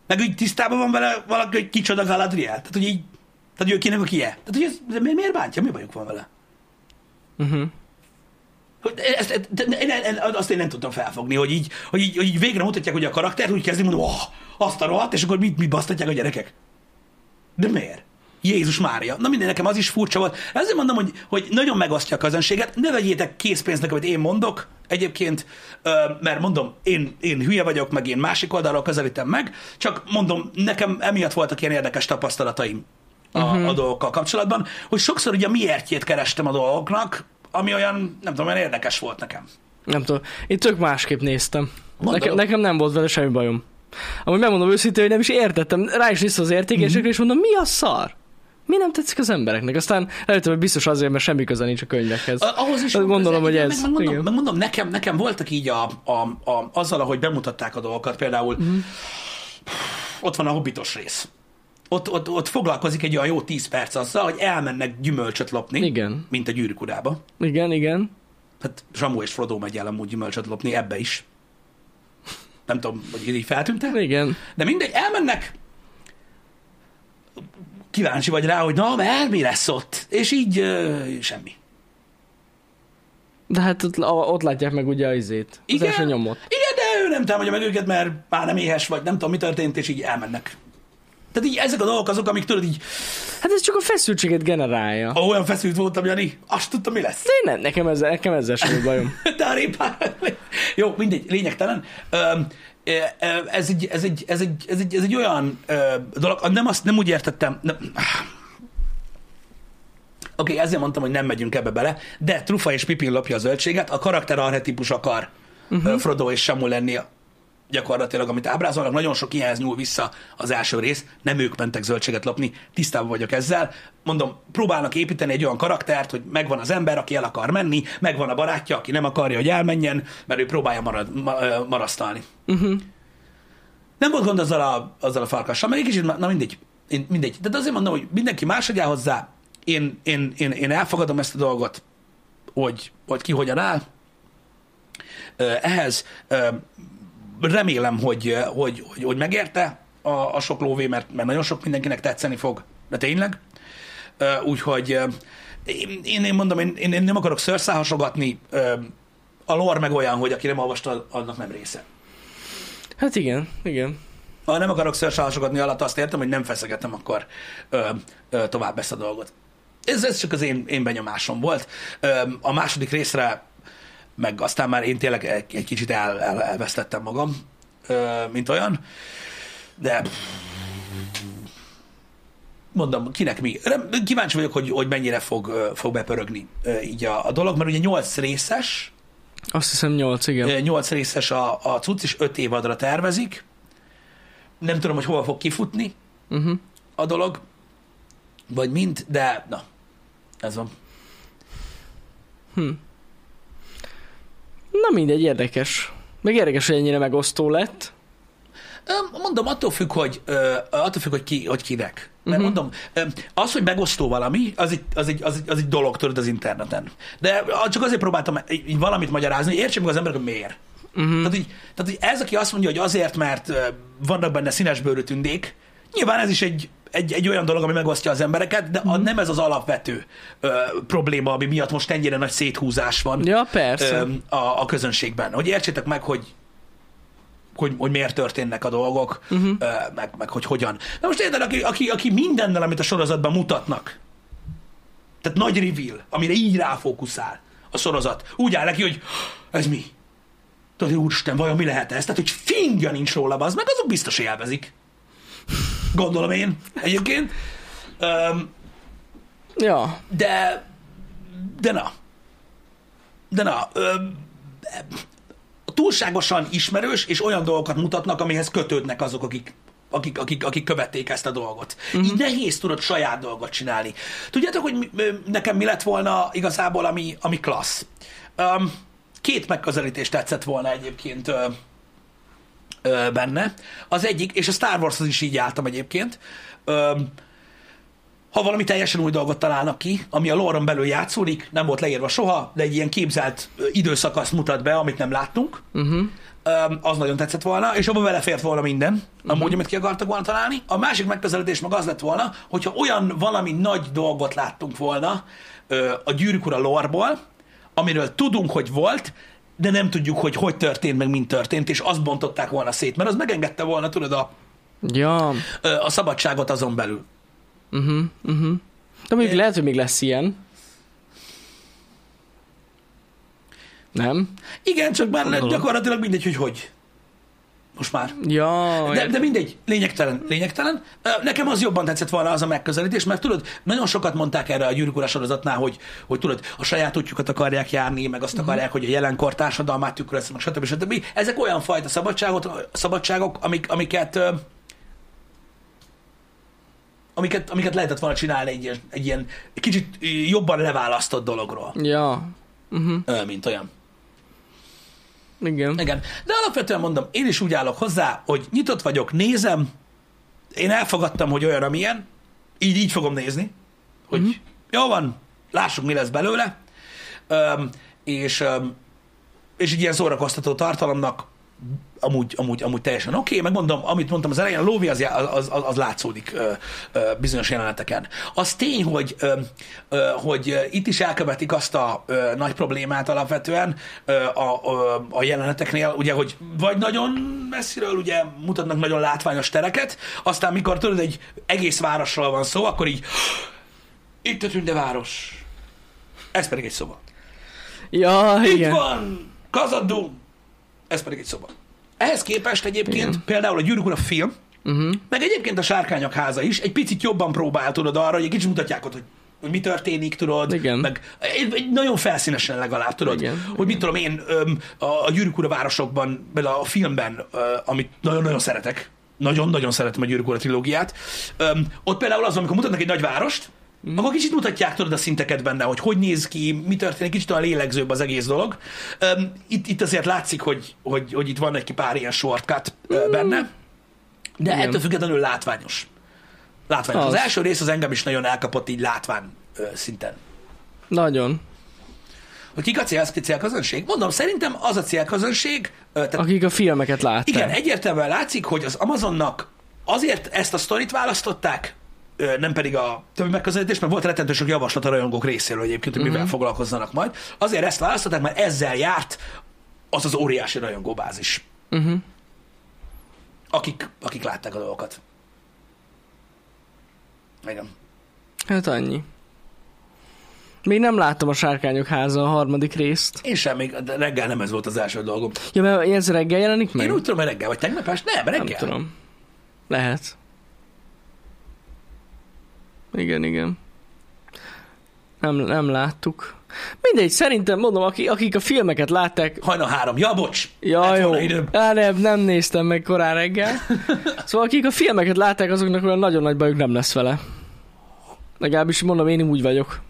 Meg úgy tisztában van vele valaki, hogy kicsoda Galadriel. Tehát, hogy így, tehát ő kinek a kie. Tehát, hogy ez, de miért bántja? Mi bajuk van vele? Uh-huh. Ezt, de, de, én, én, azt én nem tudtam felfogni, hogy így, hogy, így, hogy így végre mutatják, hogy a karakter úgy kezdi, mondom, oh, azt a rohadt, és akkor mit, mit basztatják a gyerekek? De miért? Jézus Mária. Na minden, nekem az is furcsa volt. Ezért mondom, hogy, hogy nagyon megosztja a közönséget. Ne vegyétek készpénznek, amit én mondok egyébként, mert mondom, én, én hülye vagyok, meg én másik oldalról közelítem meg, csak mondom, nekem emiatt voltak ilyen érdekes tapasztalataim a, uh-huh. a dolgokkal kapcsolatban, hogy sokszor ugye miértjét kerestem a dolgoknak, ami olyan, nem tudom, olyan érdekes volt nekem. Nem tudom. Én tök másképp néztem. Nekem, nekem nem volt vele semmi bajom. Amúgy megmondom őszintén, hogy nem is értettem. Rá is vissza az értékelésekre, mm-hmm. és mondom, mi a szar? Mi nem tetszik az embereknek? Aztán előttem, hogy biztos azért, mert semmi köze nincs a könyvekhez. Ahhoz is gondolom, hogy ez. Meg, megmondom, megmondom nekem, nekem voltak így a, a, a, azzal, ahogy bemutatták a dolgokat. Például mm-hmm. ott van a hobbitos rész. Ott, ott, ott foglalkozik egy olyan jó tíz perc azzal, hogy elmennek gyümölcsöt lopni, igen. mint a Gyűrűk Urába. Igen, igen. Hát Samu és Frodo megy el amúgy gyümölcsöt lopni, ebbe is. Nem tudom, hogy így feltűnt-e? Igen. De mindegy, elmennek, kíváncsi vagy rá, hogy na, mert mi lesz ott? És így uh, semmi. De hát ott, ott látják meg ugye az izét, az igen, első nyomot. Igen, de ő nem támadja meg őket, mert már nem éhes vagy, nem tudom, mi történt, és így elmennek. Tehát így ezek a dolgok azok, amik tudod így... Hát ez csak a feszültséget generálja. Oh, olyan feszült voltam, Jani, azt tudtam, mi lesz. De nem, nekem ezzel, nekem ezzel semmi bajom. De a répár... Jó, mindegy, lényegtelen. Ez egy, ez egy, ez egy, ez egy, ez egy olyan dolog, nem, azt, nem úgy értettem... Nem... Oké, okay, ezért mondtam, hogy nem megyünk ebbe bele, de Trufa és Pippin lopja a zöldséget, a karakter archetípus akar uh-huh. Frodo és Samu lenni gyakorlatilag, amit ábrázolnak, nagyon sok ilyenhez nyúl vissza az első rész, nem ők mentek zöldséget lopni, tisztában vagyok ezzel. Mondom, próbálnak építeni egy olyan karaktert, hogy megvan az ember, aki el akar menni, megvan a barátja, aki nem akarja, hogy elmenjen, mert ő próbálja marad, ma, marasztalni. Uh-huh. Nem volt gond azzal a, azzal a farkassal, meg egy kicsit, na mindegy, én, mindegy. De azért mondom, hogy mindenki máshogy áll hozzá, én, én, én, én elfogadom ezt a dolgot, hogy, hogy ki hogyan áll. Ehhez remélem, hogy, hogy, hogy, hogy megérte a, a sok lóvé, mert, mert nagyon sok mindenkinek tetszeni fog, de tényleg. Úgyhogy én, én mondom, én, én nem akarok szőrszálhasogatni, a lore meg olyan, hogy aki nem olvasta, annak nem része. Hát igen, igen. Ha nem akarok szőrszálhasogatni alatt, azt értem, hogy nem feszegetem akkor ö, ö, tovább ezt a dolgot. Ez, ez csak az én, én benyomásom volt. Ö, a második részre meg aztán már én tényleg egy, egy kicsit el, el, elvesztettem magam, ö, mint olyan, de mondom, kinek mi. Kíváncsi vagyok, hogy, hogy mennyire fog, fog bepörögni így a, a dolog, mert ugye nyolc részes, azt hiszem nyolc, igen. Nyolc részes a, a cucc, és öt évadra tervezik. Nem tudom, hogy hova fog kifutni uh-huh. a dolog, vagy mind, de na, ez van. Hm. Na mindegy, érdekes. Meg érdekes, hogy ennyire megosztó lett. Mondom, attól függ, hogy, attól függ, hogy, ki, hogy kinek. Mert uh-huh. mondom, az, hogy megosztó valami, az egy, az egy, az egy, az egy dolog, tudod, az interneten. De csak azért próbáltam így valamit magyarázni, hogy értsék meg az emberek, hogy miért. Uh-huh. Tehát, így, tehát így ez, aki azt mondja, hogy azért, mert vannak benne színesbőrű tündék, nyilván ez is egy, egy, egy olyan dolog, ami megosztja az embereket, de uh-huh. a, nem ez az alapvető ö, probléma, ami miatt most ennyire nagy széthúzás van ja, persze. Ö, a, a közönségben. Hogy értsétek meg, hogy Hogy, hogy miért történnek a dolgok, uh-huh. meg, meg hogy hogyan. Na most érted, aki, aki, aki mindennel, amit a sorozatban mutatnak, tehát nagy reveal, amire így ráfókuszál a sorozat, úgy áll neki, hogy ez mi? Tudod, úristen, vajon mi lehet ez? Tehát, hogy fingja nincs róla, az meg azok biztos élvezik. Gondolom én egyébként. Um, ja. De, de na. De na. Um, túlságosan ismerős, és olyan dolgokat mutatnak, amihez kötődnek azok, akik, akik, akik, akik követték ezt a dolgot. Uh-huh. Így nehéz tudod saját dolgot csinálni. Tudjátok, hogy mi, nekem mi lett volna igazából, ami, ami klassz? Um, két megközelítés tetszett volna egyébként ö, ö, benne. Az egyik, és a Star Warshoz is így álltam egyébként, ö, ha valami teljesen új dolgot találnak ki, ami a lore-on belül játszódik, nem volt leírva soha, de egy ilyen képzelt ö, időszakaszt mutat be, amit nem láttunk, Uh-huh. Öm, az nagyon tetszett volna, és abban belefért volna minden, amúgy, uh-huh. amit ki akartak volna találni. A másik megközelítés meg az lett volna, hogyha olyan valami nagy dolgot láttunk volna ö, a Gyűrűk Ura lore-ból, amiről tudunk, hogy volt, de nem tudjuk, hogy hogy történt, meg mint történt, és azt bontották volna szét, mert az megengedte volna, tudod, a, Ja. ö, a szabadságot azon belül. Uh-huh. Uh-huh. De mondjuk É. lehet, hogy még lesz ilyen. Nem? Igen, csak már Gondolom. gyakorlatilag mindegy, hogy hogy. Most már. Ja. De, de mindegy, lényegtelen, lényegtelen. Ö, Nekem az jobban tetszett volna az a megközelítés, mert tudod, nagyon sokat mondták erre a Gyűrűk Ura sorozatnál, hogy, hogy tudod, a saját útjukat akarják járni, meg azt akarják, hogy a jelenkor társadalmát tükröz, meg stb. stb. Ezek olyan fajta szabadságot, szabadságok, amik, amiket, ö, amiket, amiket lehetett volna csinálni egy, ilyen- egy ilyen kicsit jobban leválasztott dologról, Ja. Uh-huh. ö, mint olyan. Igen. Igen, de alapvetően mondom, én is úgy állok hozzá, hogy nyitott vagyok, nézem, én elfogadtam, hogy olyan, amilyen, így, így fogom nézni, hogy uh-huh. jó van, lássuk, mi lesz belőle, öm, és, öm, és egy ilyen szórakoztató tartalomnak amúgy, amúgy, amúgy teljesen oké, okay. Megmondom, amit mondtam az elején, a lóvé az, az, az, az látszódik ö, ö, bizonyos jeleneteken. Az tény, hogy, ö, ö, hogy itt is elkövetik azt a ö, nagy problémát alapvetően ö, a, a, a jeleneteknél, ugye, hogy vagy nagyon messziről ugye mutatnak nagyon látványos tereket, aztán mikor tudod, egy egész városról van szó, akkor így itt a tündeváros. Ez pedig egy szoba. Ja, Itt igen. van Khazad-dûm. Ez pedig egy szoba. Ehhez képest egyébként Igen. például a Gyűrűk Ura film, Uh-huh. meg egyébként a Sárkányok háza is egy picit jobban próbál, tudod, arra, hogy egy kicsit mutatják ott, hogy, hogy mi történik, tudod, Igen. meg egy, egy nagyon felszínesen legalább, tudod, Igen, hogy mit tudom én, öm, a, a Gyűrűk Ura városokban, például a filmben, ö, amit nagyon-nagyon szeretek, nagyon-nagyon szeretem a Gyűrűk Ura trilógiát, öm, ott például az, amikor mutatnak egy nagy várost, Mm. akkor kicsit mutatják, tudod, a szinteket benne, hogy hogy néz ki, mi történik, kicsit olyan lélegzőbb az egész dolog. Um, itt, itt azért látszik, hogy, hogy, hogy itt van egy pár ilyen shortcut uh, benne, de Igen. ettől függetlenül látványos. Látványos. Az. Az. az első rész az engem is nagyon elkapott így látvány uh, szinten. Nagyon. Hogy kik a cél, célközönség? Mondom, szerintem az a célközönség, uh, tehát Akik a filmeket látták. igen, egyértelműen látszik, hogy az Amazonnak azért ezt a sztorit választották, ö, nem pedig a többi megközelítés, mert volt rettentő sok javaslat a rajongók részéről egyébként, hogy mivel Mhm. foglalkozzanak majd. Azért ezt választották, mert ezzel járt az az óriási rajongóbázis, Uh-huh. akik, akik látták a dolgokat. Igen. Hát annyi. Még nem láttam a Sárkányok háza a harmadik részt. Én sem, még de reggel nem ez volt az első dolgom. Ja, mert ez reggel jelenik meg? Én úgy tudom, hogy reggel, vagy tegnap este? Nem, reggel. Nem tudom. Lehet. Igen, igen. Nem, nem láttuk. Mindegy, szerintem mondom, akik, akik a filmeket látták, Hajnal három. Ja, bocs. ja Lett jó, volna időm. Á, nem, nem néztem meg korán reggel. Szóval akik a filmeket látták, azoknak olyan nagyon nagy bajuk nem lesz vele. Legalábbis mondom, én úgy vagyok.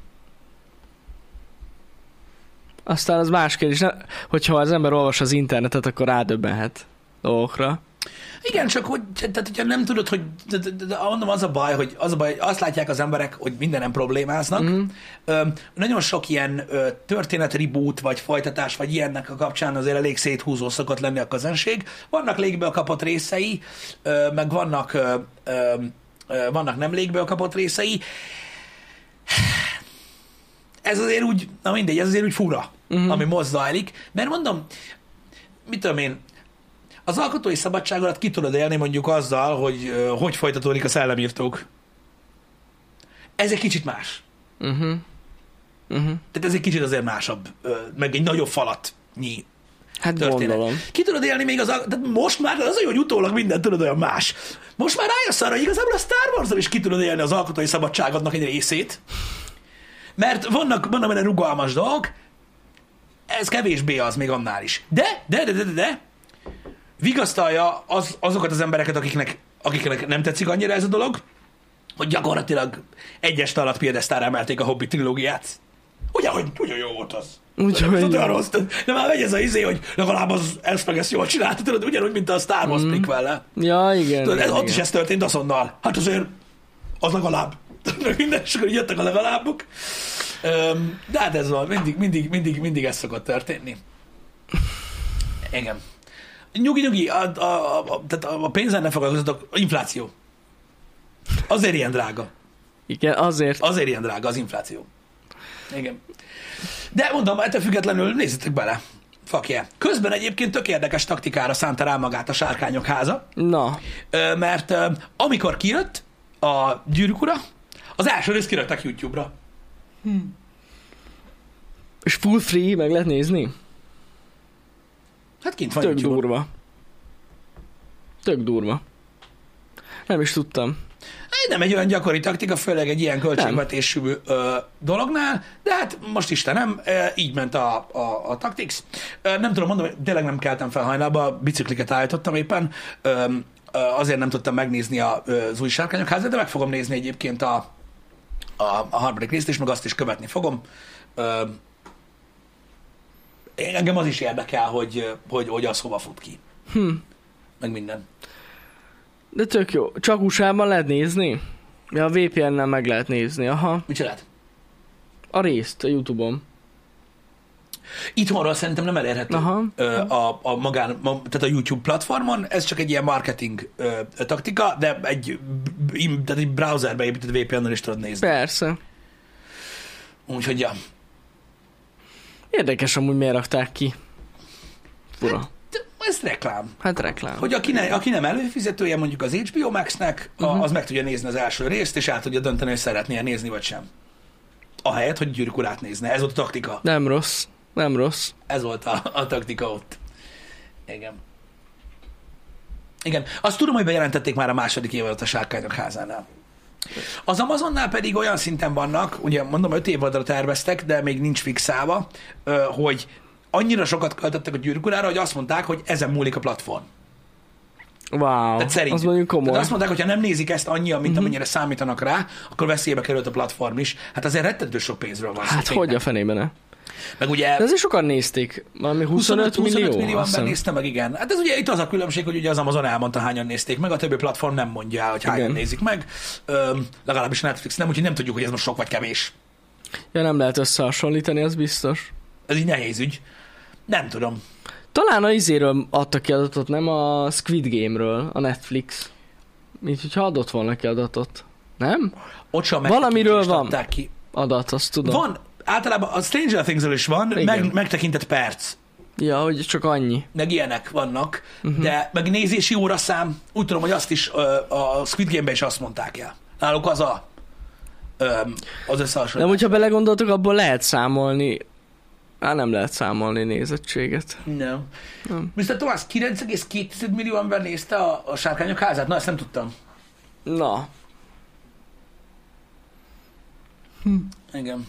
Aztán az más kérdés, ne, hogyha az ember olvas az internetet, akkor rádöbbenhet dolgokra. Igen, csak hogy, tehát, hogyha nem tudod, hogy de, de, de, mondom, az a baj, hogy az a baj, hogy azt látják az emberek, hogy mindenem problémáznak. Mm. Ö, nagyon sok ilyen ö, történet reboot, vagy folytatás, vagy ilyennek a kapcsán azért elég széthúzó szokott lenni a közönség. Vannak légből kapott részei, ö, meg vannak, ö, ö, ö, vannak nem légből kapott részei. Ez azért úgy, na mindegy, ez azért úgy fura, mm. ami most zajlik. Mert mondom, mit tudom én, az alkotói szabadságodat ki tudod élni mondjuk azzal, hogy uh, hogy folytatódik a szellemírtók. Ez egy kicsit más. Uh-huh. Uh-huh. Tehát ez egy kicsit azért másabb, uh, meg egy nagyobb falatnyi Hát történet. gondolom. Ki tudod élni még az, al- tehát most már az olyan, hogy utólag minden tudod olyan más. Most már rájössz arra, hogy igazából a Star Wars-on is ki tudod élni az alkotói szabadságodnak egy részét, mert vannak, vannak benne rugalmas dolgok, ez kevésbé az még annál is. De, de, de, de, de, de vigasztalja az, azokat az embereket, akiknek, akiknek nem tetszik annyira ez a dolog, hogy gyakorlatilag egy este alatt piedesztára emelték a Hobbit trilógiát. Ugye, hogy ugye jó volt az. Úgyhogy... Tudod, olyan rossz, de már megy ez a izé, hogy legalább az Elf meg ezt jól csinálta, tudod, ugyanúgy, mint a Star Wars mm. prequel-le. Ja, igen. Tudod, ez, igen, ott igen. is ez történt azonnal. Hát azért az legalább minden, és akkor jöttek a legalábbok. De hát ez van, mindig, mindig, mindig, mindig ez szokott történni. Igen. Nyugi, nyugi, a, a, a, tehát a pénzen ne foglalkozzatok, infláció. Azért ilyen drága. Igen, azért. Azért ilyen drága az infláció. Igen. De mondom, ettől függetlenül nézzetek bele. Fuck yeah. Közben egyébként tök érdekes taktikára szánta rá magát a Sárkányok háza. Na. Mert amikor kijött a Gyűrűk ura, az első részt kirakták YouTube-ra. Hm. És full free, meg lehet nézni? Hát kint van Tök YouTube-on. durva. Tök durva. Nem is tudtam. Nem egy olyan gyakori taktika, főleg egy ilyen költségvetésű ö, dolognál, de hát most Istenem, ö, így ment a, a, a Tactics. Ö, nem tudom mondani, tényleg nem keltem fel hajnalba, bicikliket állítottam éppen, ö, ö, azért nem tudtam megnézni a, az új Sárkányok házát, de meg fogom nézni egyébként a, a, a harmadik részt is, meg azt is követni fogom. Ö, engem az is érdekel, hogy, hogy, hogy az hova fut ki. Hm. Meg minden. De tök jó. Csak u es á-ban lehet nézni? Ja, a vé pé en-nel meg lehet nézni, aha. Mit csinált? A részt a YouTube-on. Itthonról szerintem nem elérhető aha. a, a magán, a, tehát a YouTube platformon, ez csak egy ilyen marketing ö, taktika, de egy, tehát egy browserbe épített vé pé en-nel is tudod nézni. Persze. Úgyhogy ja. Érdekes amúgy miért rakták ki. Fura. Hát, ez reklám. Hát reklám. Hogy aki, ne, aki nem előfizetője mondjuk az há bé o Max-nek, uh-huh. az meg tudja nézni az első részt, és át tudja dönteni, hogy szeretné nézni, vagy sem. Ahelyett, hogy Gyűrűk urát nézne. Ez volt a taktika. Nem rossz. Nem rossz. Ez volt a, a taktika ott. Igen. Igen. Azt tudom, hogy bejelentették már a második évadot a Sárkányok házánál. Az Amazonnál pedig olyan szinten vannak, ugye mondom, öt évadra terveztek, de még nincs fixálva, hogy annyira sokat költöttek a Gyűrűk urára, hogy azt mondták, hogy ezen múlik a platform. Wow, az mondjuk komoly. Tehát azt mondták, hogy ha nem nézik ezt annyian, mint uh-huh. amennyire számítanak rá, akkor veszélybe került a platform is. Hát azért rettentő sok pénzről van. Hát hogy a fenében ne? Meg ugye... De azért sokan nézték. Valami huszonöt millió? huszonöt millió ember nézte meg, igen. Hát ez ugye itt az a különbség, hogy ugye az Amazon elmondta, hányan nézték meg, a többi platform nem mondja el, hogy hányan igen. nézik meg. Öm, legalábbis Netflix nem, úgyhogy nem tudjuk, hogy ez most sok vagy kevés. Ja, nem lehet összehasonlítani, az biztos. Ez így nehéz ügy. Nem tudom. Talán a izéről adtak ki adatot, nem a Squid Game-ről, a Netflix. Mint hogyha adott volna ki adatot. Nem? Ott sem valamiről van ki. adat, azt tudom. Van, általában a Stranger Things-ről is van, meg, megtekintett perc. Ja, hogy csak annyi. Meg ilyenek vannak, uh-huh. de meg nézési óraszám, úgy tudom, hogy azt is uh, a Squid Game-ben is azt mondták el. Náluk az a um, az összehasonlítás. De hogyha belegondoltok, abból lehet számolni. Hát nem lehet számolni nézettséget. No. Nem. miszter Tomás, kilenc egész két millió ember nézte a, a Sárkányok házát? Na, ezt nem tudtam. Na. Hm. Igen.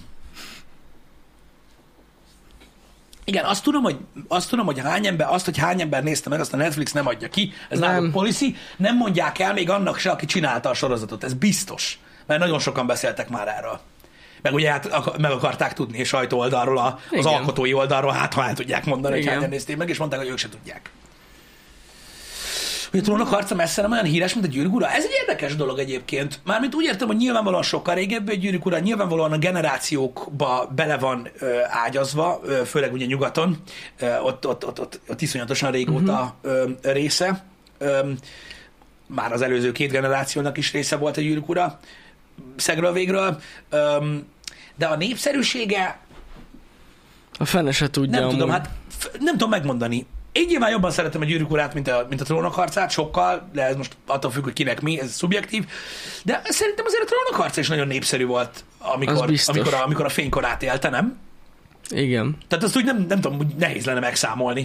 Igen, azt tudom, hogy, azt tudom, hogy hány ember, azt, hogy hány ember nézte meg, azt a Netflix nem adja ki. Ez náluk policy. Nem mondják el még annak se, aki csinálta a sorozatot. Ez biztos. Mert nagyon sokan beszéltek már erről. Meg ugye hát meg akarták tudni a sajtó oldalról, a, az alkotói oldalról, hát ha el tudják mondani, igen. hogy hányan nézték meg, és mondták, hogy ők se tudják. Hogy a Trónok harca messze nem olyan híres, mint a Gyűrűk ura. Ez egy érdekes dolog egyébként. Mármint úgy értem, hogy nyilvánvalóan sokkal régebbi a Gyűrűk ura, nyilvánvalóan a generációkba bele van ö, ágyazva, ö, főleg ugye nyugaton, ö, ott, ott, ott, ott, ott iszonyatosan régóta ö, része. Ö, már az előző két generációnak is része volt a Gyűrűk ura, szegről végről. Ö, de a népszerűsége... A fene se tudja. Nem amúgy. tudom, hát f- nem tudom megmondani. Én nyilván jobban szeretem a Gyűrűk urát, mint a, mint a Trónok harcát, sokkal, de ez most attól függ, hogy kinek mi, ez szubjektív. De szerintem azért a Trónok harca is nagyon népszerű volt, amikor, amikor, a, amikor a fénykorát élte, nem? Igen. Tehát azt úgy nem, nem tudom, úgy nehéz lenne megszámolni.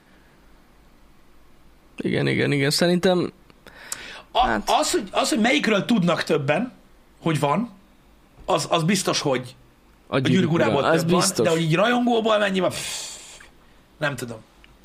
Igen, igen, igen. Szerintem... A, hát... az, hogy, az, hogy melyikről tudnak többen, hogy van, az, az biztos, hogy a, a Gyűrűk urából több van, biztos. De hogy így rajongóból mennyi van, pff, nem tudom.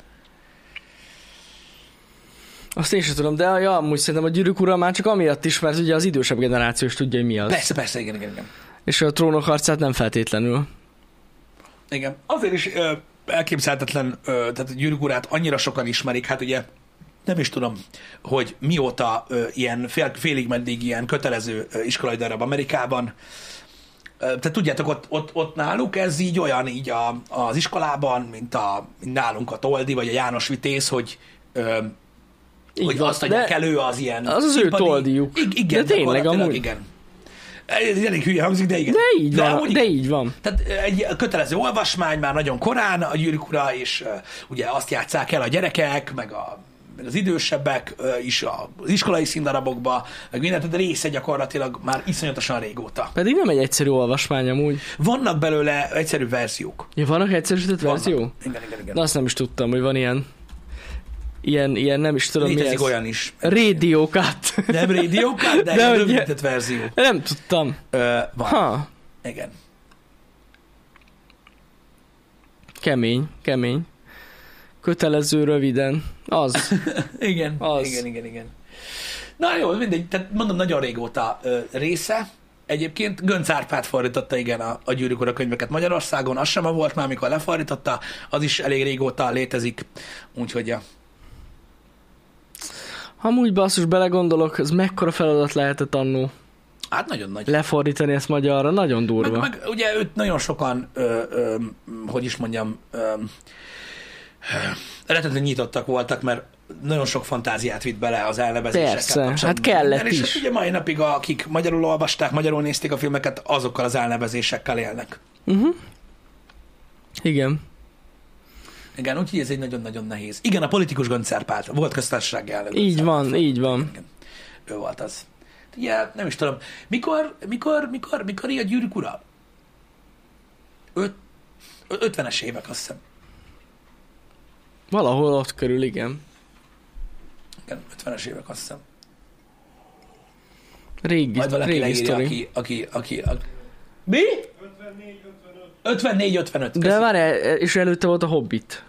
Azt én sem tudom, de ja, amúgy szerintem a Gyűrűk ura már csak amiatt is, mert ugye az idősebb generáció is tudja, hogy mi az. Persze, persze, igen, igen, igen. És a Trónok harcát nem feltétlenül. Igen. Azért is ö, elképzelhetetlen, ö, tehát a Gyűrűk urát annyira sokan ismerik, hát ugye nem is tudom, hogy mióta ö, ilyen fél, félig meddig ilyen kötelező ö, iskolai darab Amerikában. Tehát tudjátok, ott, ott, ott náluk ez így olyan így a, az iskolában, mint, a, mint nálunk a Toldi, vagy a János Vitéz, hogy, ö, hogy azt adják elő az ilyen... Az az ő Toldiuk. I- igen, de tényleg amúgy. Igen. Ez elég hülye hangzik, de igen. De így de van, de így van. Tehát egy kötelező olvasmány már nagyon korán a Gyűrűk ura, és uh, ugye azt játsszák el a gyerekek, meg, a, meg az idősebbek uh, is az iskolai színdarabokba, meg minden, tehát része gyakorlatilag már iszonyatosan régóta. Pedig nem egy egyszerű olvasmány amúgy. Vannak belőle egyszerű verziók. Ja, vannak egyszerűsített verzió? Igen, igen, igen. Na, azt nem is tudtam, hogy van ilyen. Ilyen, ilyen nem is tudom létezik mi ez. Olyan is. Radio Cut. Nem Radio Cut, de, de rövidített verzió. Nem tudtam. Ö, van. Ha. Igen. Kemény, kemény. Kötelező röviden. Az. igen, az. igen, igen, igen. Na jó, mindegy, tehát mondom, nagyon régóta ö, része. Egyébként Gönc Árpád fordította, igen, a, a Gyűrűk ura könyveket Magyarországon, az sem volt már, amikor lefordította, az is elég régóta létezik, úgyhogy ja. Ha úgy basszus belegondolok, ez mekkora feladat lehetett annó. Hát nagyon nagy. Lefordítani ezt magyarra, nagyon durva. Meg, meg ugye őt nagyon sokan, ö, ö, hogy is mondjam, ö, rettetlenül nyitottak voltak, mert nagyon sok fantáziát vitt bele az elnevezésekkel. Persze, hát kellett és is. És ugye mai napig, akik magyarul olvasták, magyarul nézték a filmeket, azokkal az elnevezésekkel élnek. Uh-huh. Igen. Igen, úgyhogy ez egy nagyon-nagyon nehéz. Igen, a politikus Gönc Árpád volt köztársasági elnök. Így van, így van. Igen, ő volt az. Ugye, nem is tudom, mikor, mikor, mikor, mikor így a Gyűrűk ura? Öt, ötvenes évek, azt hiszem. Valahol ott körül, igen. Igen, ötvenes évek, azt hiszem. Régi, Majd valaki régi leírja, sztori. aki, aki, aki, aki... Mi? ötvennégy ötvenöt. De várj, és előtte volt a Hobbit.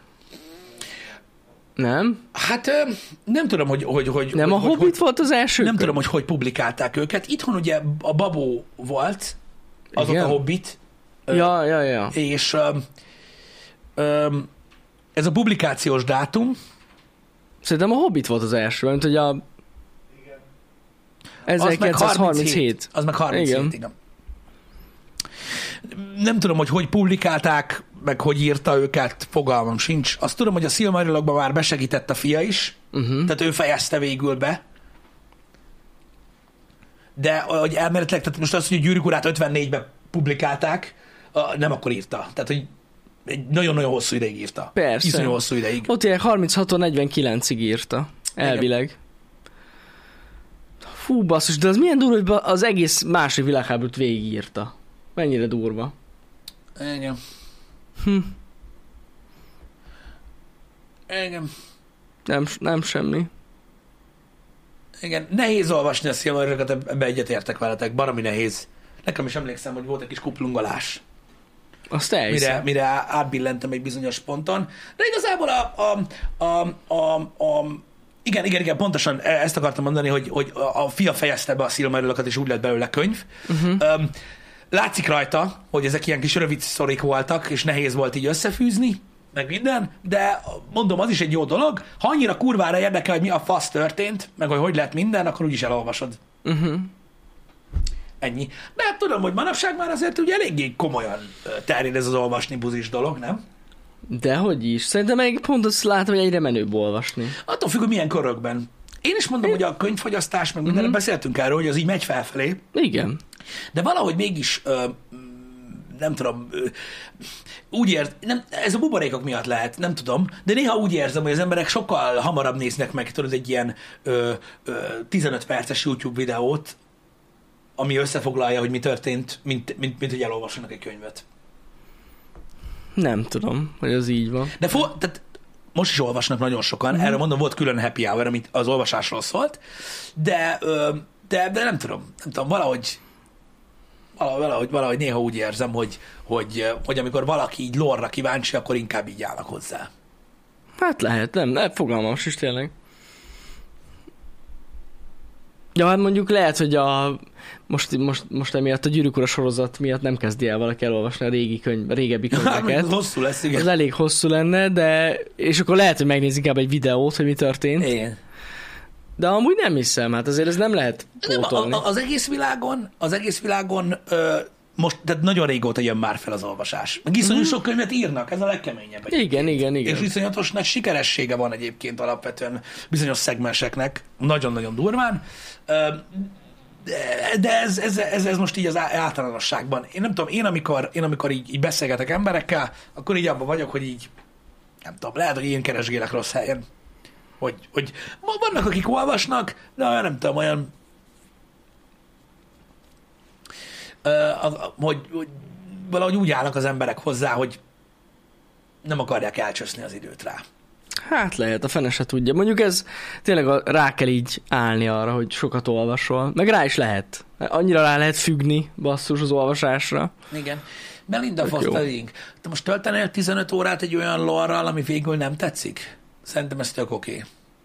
Nem? Hát nem tudom, hogy... hogy, hogy nem hogy, a Hobbit hogy, volt az első Nem könyv? tudom, hogy hogy publikálták őket. Itthon ugye a Babó volt, az Igen? ott a Hobbit. Ja, ja, ja. És öm, öm, ez a publikációs dátum... Szerintem a Hobbit volt az első, mint hogy a... ezerkilencszázharminchét. Az meg harminchét, igen. igen. Nem tudom, hogy hogy publikálták, meg hogy írta őket, fogalmam sincs. Azt tudom, hogy a Silmarillokban már besegített a fia is, uh-huh. tehát ő fejezte végül be. De hogy elméletileg, tehát most azt, hogy a Gyűrűk urát ötvennégyben publikálták, nem akkor írta. Tehát, hogy egy nagyon-nagyon hosszú ideig írta. Persze. Iszonyú hosszú ideig. Ott ilyen harminchattól negyvenkilencig írta. Elvileg. Igen. Fú, basszus, de az milyen durva, hogy az egész második világháborút végigírta. Mennyire durva. Igen. Hm. Igen. Nem, nem semmi. Igen, nehéz olvasni a Silmarillokat, ebbe egyetértek veletek, baromi nehéz. Nekem is emlékszem, hogy volt egy kis kuplungolás. Azt elhiszem. Mire, mire átbillentem egy bizonyos ponton. De igazából a, a, a, a, a igen, igen, igen, pontosan ezt akartam mondani, hogy, hogy a fia fejezte be a Silmarillokat, és úgy lett belőle könyv. Uh-huh. Látszik rajta, hogy ezek ilyen kis rövid sztorik voltak, és nehéz volt így összefűzni, meg minden, de mondom, az is egy jó dolog. Ha annyira kurvára érdekel, hogy mi a fasz történt, meg hogy hogy lett minden, akkor úgyis elolvasod. Uh-huh. Ennyi. De hát tudom, hogy manapság már azért ugye eléggé komolyan terjed ez az olvasni buzis dolog, nem? Dehogy is. Szerintem meg pont azt látom, hogy egyre menőbb olvasni. Attól függ, hogy milyen körökben. Én is mondom, hogy a könyvfogyasztás, meg mindenre uh-huh. beszéltünk erről, hogy az így megy felfelé. Igen. De valahogy mégis, ö, nem tudom, ö, úgy ér, nem, ez a buborékok miatt lehet, nem tudom, de néha úgy érzem, hogy az emberek sokkal hamarabb néznek meg, tudod, egy ilyen ö, ö, tizenöt perces YouTube videót, ami összefoglalja, hogy mi történt, mint, mint, mint hogy elolvassanak egy könyvet. Nem tudom, hogy az így van. De fo- tehát most is olvasnak nagyon sokan, mm-hmm. erről mondom, volt külön happy hour, amit az olvasásról szólt, de, ö, de, de nem tudom, nem tudom, valahogy Valahogy, valahogy néha úgy érzem, hogy, hogy, hogy amikor valaki így lore-ra kíváncsi, akkor inkább így állnak hozzá. Hát lehet, nem, nem fogalmam is tényleg. Ja, hát mondjuk lehet, hogy a most, most, most emiatt a Gyűrűk ura sorozat miatt nem kezdi el valaki elolvasni a régi könyv, a régebbi könyveket. Hát, hosszú lesz, igen. Az elég hosszú lenne, de és akkor lehet, hogy megnéz inkább egy videót, hogy mi történt. Igen. De amúgy nem hiszem, hát azért ez nem lehet pótolni. Nem, a, a, az egész világon, az egész világon ö, most, tehát nagyon régóta jön már fel az olvasás. Meg iszonyú sok könyvet írnak, ez a legkeményebb. Igen, igen, igen, igen. És iszonyatos nagy sikeressége van egyébként alapvetően bizonyos szegmenseknek, nagyon-nagyon durván. Ö, De, de ez, ez, ez, ez most így az általánosságban. Én nem tudom, én amikor, én amikor így, így beszélgetek emberekkel, akkor így abban vagyok, hogy így, nem tudom, lehet, hogy én keresgélek rossz helyen. Hogy, hogy vannak, akik olvasnak, de olyan nem tudom, olyan, hogy, hogy valahogy úgy állnak az emberek hozzá, hogy nem akarják elcseszni az időt rá. Hát lehet, a fene se tudja. Mondjuk ez tényleg a, rá kell így állni arra, hogy sokat olvasol. Meg rá is lehet. Annyira rá lehet függni, basszus, az olvasásra. Igen. Melinda Fosterling. Te most töltenél tizenöt órát egy olyan lorral, ami végül nem tetszik? Szerintem ez tök oké. Okay.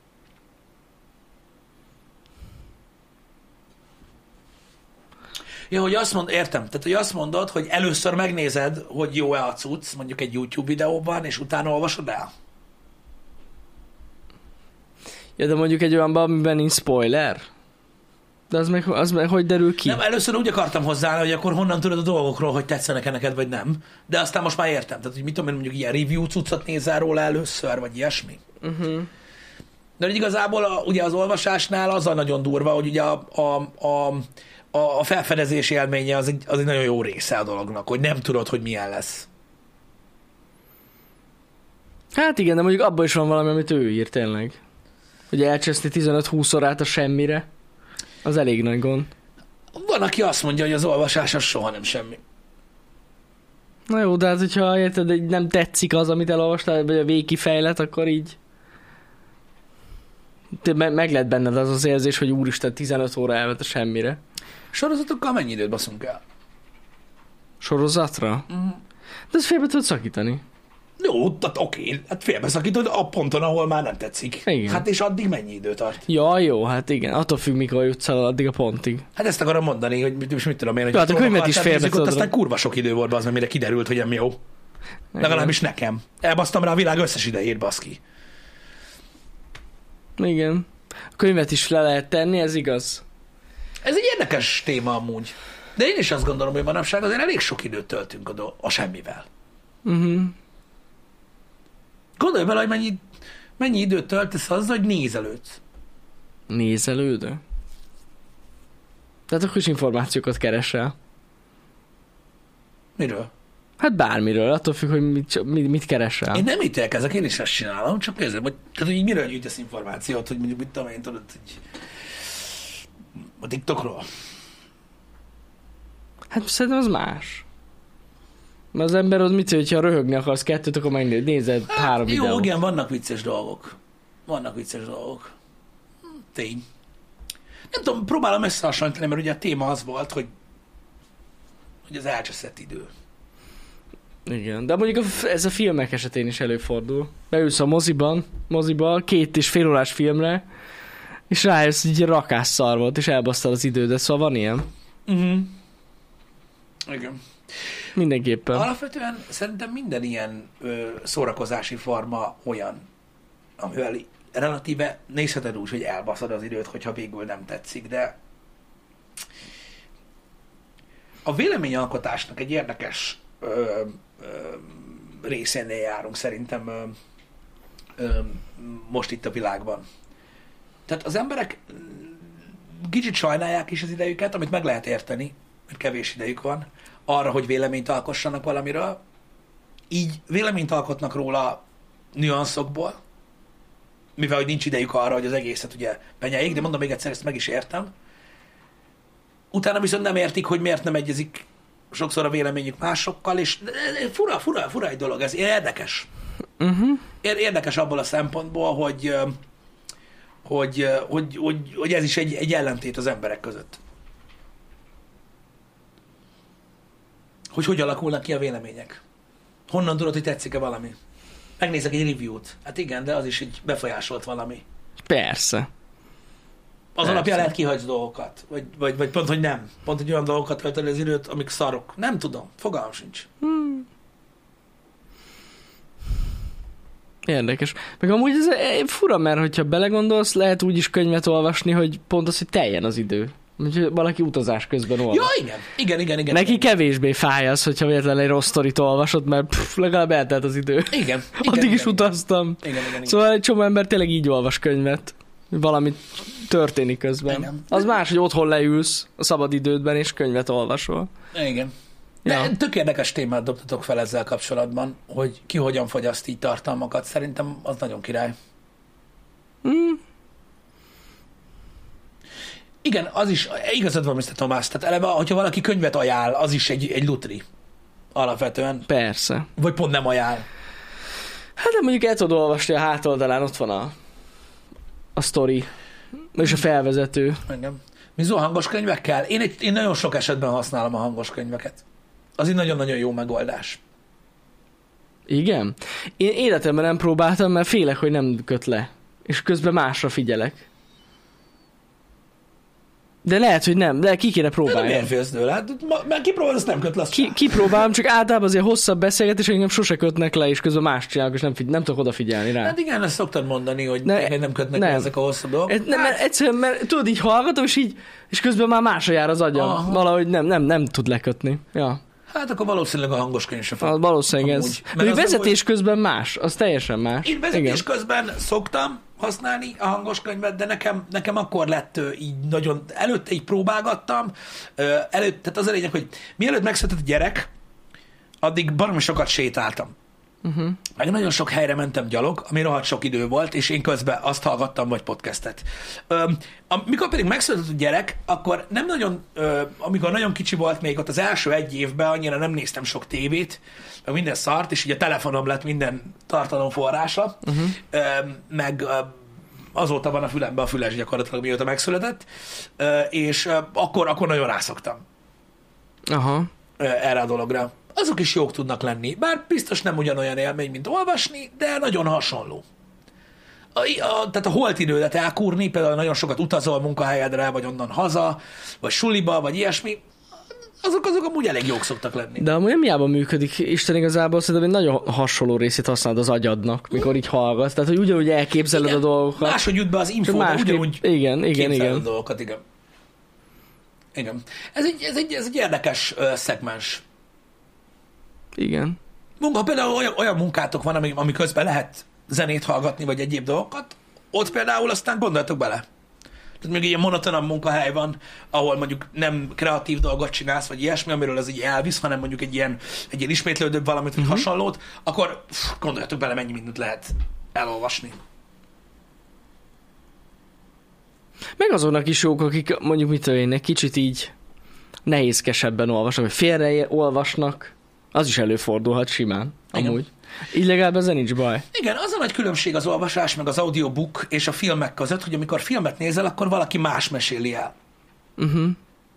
Ja, hogy azt mond, értem. Tehát, hogy azt mondod, hogy először megnézed, hogy jó-e a cucc, mondjuk egy YouTube videóban, és utána olvasod el? Ja, de mondjuk egy olyanban, amiben nincs spoiler? De az meg, az meg hogy derül ki? Nem, először úgy akartam hozzáállni, hogy akkor honnan tudod a dolgokról, hogy tetszenek-e neked, vagy nem. De aztán most már értem. Tehát, hogy mit tudom én, mondjuk ilyen review cuccot nézel róla először, vagy ilyesmi. Uh-huh. De hogy igazából a, ugye az olvasásnál az a nagyon durva, hogy ugye a, a, a, a felfedezés élménye az egy, az egy nagyon jó része a dolognak, hogy nem tudod, hogy milyen lesz. Hát igen, de mondjuk abban is van valami, amit ő ír tényleg. Hogy elcseszni tizenöt-húsz órát a semmire, az elég nagy gond. Van, aki azt mondja, hogy az olvasás az soha nem semmi. Na jó, de hát hogyha érted, hogy nem tetszik az, amit elolvastál, vagy a végkifejlet, akkor így meg lett benned az az érzés, hogy úristen, tizenöt óra elvet a semmire. Sorozatokkal mennyi időt baszunk el? Sorozatra? Mm. De ezt félbe tudod szakítani. Jó, tehát oké, hát félbeszakítod a ponton, ahol már nem tetszik. Igen. Hát és addig mennyi idő tart? Ja, jó, hát igen, attól függ, mikor jutsz el addig a pontig. Hát ezt akarom mondani, hogy mit, mit tudom én, hogy ja, hát a könyvet is félbe tudod. Aztán kurva sok idő volt az, mire kiderült, hogy nem jó. Igen. Legalábbis nekem. Elbasztam rá a világ összes idejét, baszki. Igen. A könyvet is le lehet tenni, ez igaz. Ez egy érdekes téma amúgy. De én is azt gondolom, hogy manapság azért elég sok időt töltünk a, do- a semmivel. Uh-huh. Gondolj bele, hogy mennyi, mennyi időt töltesz azzal, hogy nézelődsz. Nézelődő? Tehát akkor is információkat keresel. Miről? Hát bármiről, attól függ, hogy mit, mit, mit keresel. Én nem ítélkezek, én is ezt csinálom, csak nézem, hogy, tehát, hogy miről gyűjtesz információt, hogy mondjuk mit tudom én, tudod, hogy a TikTokról. Hát szerintem az más. Mert az ember az mit szól, hogyha röhögni akarsz kettőt, akkor megnézed hát, három jó, videót. igen, vannak vicces dolgok. Vannak vicces dolgok. Tény. Nem tudom, próbálom összehasonlítani, mert ugye a téma az volt, hogy, hogy az elcseszett idő. Igen, de mondjuk a, ez a filmek esetén is előfordul. Beülsz a moziban, moziban, két és fél órás filmre, és rájössz, hogy egy rakásszar volt, és elbasztad az idődet, szóval van ilyen. Uh-huh. Igen. Mindenképpen. Alapvetően szerintem minden ilyen ö, szórakozási forma olyan, amivel relatíve nézheted úgy, hogy elbaszod az időt, hogyha végül nem tetszik, de a véleményalkotásnak egy érdekes ö, ö, részénél járunk szerintem ö, ö, most itt a világban. Tehát az emberek kicsit sajnálják is az idejüket, amit meg lehet érteni, mert kevés idejük van, arra, hogy véleményt alkossanak valamiről. Így véleményt alkotnak róla nüanszokból, mivel hogy nincs idejük arra, hogy az egészet ugye penyeljék, de mondom még egyszer, ezt meg is értem. Utána viszont nem értik, hogy miért nem egyezik sokszor a véleményük másokkal, és fura, fura, fura egy dolog, ez érdekes. Uh-huh. Érdekes abból a szempontból, hogy, hogy, hogy, hogy, hogy ez is egy, egy ellentét az emberek között. Hogy hogy alakulnak ki a vélemények. Honnan tudod, hogy tetszik-e valami? Megnézek egy review-t. Hát igen, de az is így befolyásolt valami. Persze. Az Persze. alapján lehet kihagysz dolgokat. Vagy, vagy, vagy pont, hogy nem. Pont, hogy olyan dolgokat tölteni az időt, amik szarok. Nem tudom. Fogalmam sincs. Hmm. Érdekes. Meg amúgy ez fura, mert hogyha belegondolsz, lehet úgy is könyvet olvasni, hogy pont az, hogy teljen az idő. Úgyhogy valaki utazás közben olvas. Ja, igen. Igen, igen, igen. Neki igen. kevésbé fáj az, hogyha véletlenül egy rossz sztorit olvasod, mert pff, legalább eltelt az idő. Igen. igen Addig igen, is igen. utaztam. Igen, igen, igen. Szóval egy csomó ember tényleg így olvas könyvet. Valami történik közben. Igen. Az más, hogy otthon leülsz a szabad idődben, és könyvet olvasol. Igen. De Ja. tök érdekes témát dobtatok fel ezzel kapcsolatban, hogy ki hogyan fogyaszt így tartalmakat. Szerintem az nagyon király. Mm. Igen, az is, igazad van, miszter Tomás, tehát eleve, hogyha valaki könyvet ajánl, az is egy, egy lutri. Alapvetően. Persze. Vagy pont nem ajánl. Hát de mondjuk el tudod olvasni, a hátoldalán ott van a, a sztori, és a felvezető. Igen. Mizó hangos könyvekkel? Én, egy, én nagyon sok esetben használom a hangos könyveket. Az egy nagyon-nagyon jó megoldás. Igen? Én életemben nem próbáltam, mert félek, hogy nem köt le. És közben másra figyelek. De lehet, hogy nem, de ki kéne De próbálni. miért félsz tőle? Hát, ma- mert kipróbálod, azt nem köt le. azt Ki, kipróbálom, csak általában azért hosszabb beszélgetés, engem sose kötnek le, és közben más csinálok, és nem, figy- nem tudok odafigyelni rá. Hát igen, ezt szoktad mondani, hogy Ne- ne, nem kötnek nem. le ezek a hosszú dolgok. Ez, nem, mert egyszerűen, mert tudod, így hallgatom, és így, és közben már másra jár az agyam. Aha. Valahogy nem, nem, nem tud lekötni. Ja. Hát akkor valószínűleg a hangos könyv sem Ah, fog. valószínűleg ez. Amúgy. Mert De az vezetés közben más, az teljesen más. Én vezetés Igen. közben szoktam használni a hangos könyvet, de nekem, nekem akkor lett ö, így nagyon, előtte így próbálgattam, ö, előtt, tehát az a lényeg, hogy mielőtt megszületett a gyerek, addig baromi sokat sétáltam. Uh-huh. Meg nagyon sok helyre mentem gyalog, ami rohadt sok idő volt, és én közben azt hallgattam, vagy podcastet. Ö, amikor pedig megszületett a gyerek, akkor nem nagyon, ö, amikor nagyon kicsi volt még ott az első egy évben, annyira nem néztem sok tévét, meg minden szart, és így a telefonom lett minden tartalom forrása, uh-huh. ö, meg ö, azóta van a fülemben a füles gyakorlatilag, mióta megszületett, ö, és ö, akkor, akkor nagyon rászoktam Aha. ö, erre a dologra. Azok is jók tudnak lenni, bár biztos nem ugyanolyan élmény, mint olvasni, de nagyon hasonló. A, a, tehát a holt idődet elkúrni, például nagyon sokat utazol munkahelyedre, vagy onnan haza, vagy suliba, vagy ilyesmi, azok, azok amúgy elég jók szoktak lenni. De amúgy nem hiába működik, Isten igazából szerintem egy nagyon hasonló részét használod az agyadnak, mikor így hallgatsz. Tehát, hogy ugyanúgy elképzeled Igen, a dolgokat. máshogy jut be az info, de másképp- ugyanúgy igen, igen, képzeled igen. a dolgokat, igen. Igen. Ez egy, ez egy, ez egy érdekes uh, szegmens. Igen. Munka, például olyan, olyan munkátok van, ami, ami közben lehet zenét hallgatni, vagy egyéb dolgokat, ott például aztán gondoltok bele. Tehát még ilyen monotonabb munkahely van, ahol mondjuk nem kreatív dolgot csinálsz, vagy ilyesmi, amiről az így elvisz, hanem mondjuk egy ilyen, egy ilyen ismétlődőbb valamit, vagy uh-huh. hasonlót, akkor pff, gondoljatok bele, mennyi mindent lehet elolvasni. Meg azoknak is jók, akik mondjuk mit tudom én, egy kicsit így nehézkesebben olvasnak, vagy félre olvasnak. Az is előfordulhat simán, Igen. amúgy. Így legalább ezzel nincs baj. Igen, az a nagy különbség az olvasás, meg az audiobook és a filmek között, hogy amikor filmet nézel, akkor valaki más meséli el, Uh-huh.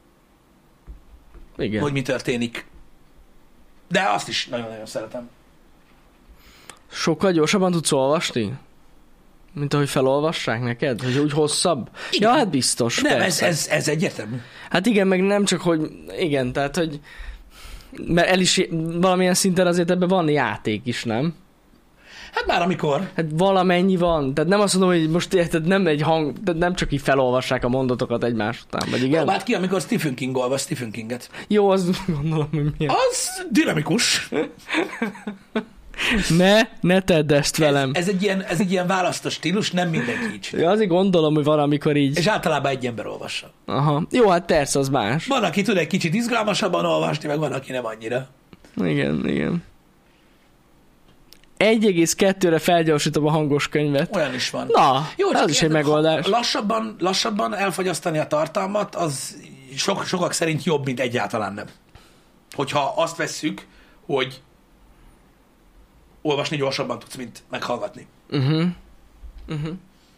Igen. hogy mi történik. De azt is nagyon-nagyon szeretem. Sokkal gyorsabban tudsz olvasni? Mint ahogy felolvassák neked? Hogy úgy hosszabb? Igen. Ja, hát biztos. Nem, ez, persze. ez, ez egyértelmű. Hát igen, meg nem csak, hogy igen, tehát, hogy mert el is, valamilyen szinten azért ebben van játék is, nem? Hát már amikor. Hát valamennyi van. Tehát nem azt mondom, hogy most érted, nem egy hang, tehát nem csak így felolvassák a mondatokat egymás után, vagy igen? Próbáld ki, amikor Stephen King olvas Stephen Kinget. Jó, az gondolom, hogy milyen. Az dinamikus. Ne, ne tedd ezt velem. Ez, ez, egy ilyen, ez egy ilyen választós stílus, nem mindenki így csinál. Ja, azért gondolom, hogy van, amikor így... És általában egy ember olvassa. Aha. Jó, hát persze, az más. Van, aki tud egy kicsit izgalmasabban olvasni, meg van, aki nem annyira. Igen, igen. egy egész kettőre felgyorsítom a hangos könyvet. Olyan is van. Na, Jó, az csak is egy érted, megoldás. ha Lassabban, lassabban elfogyasztani a tartalmat, az sok, sokak szerint jobb, mint egyáltalán nem. Hogyha azt vesszük, hogy olvasni gyorsabban tudsz, mint meghallgatni. Uh-huh. Uh-huh.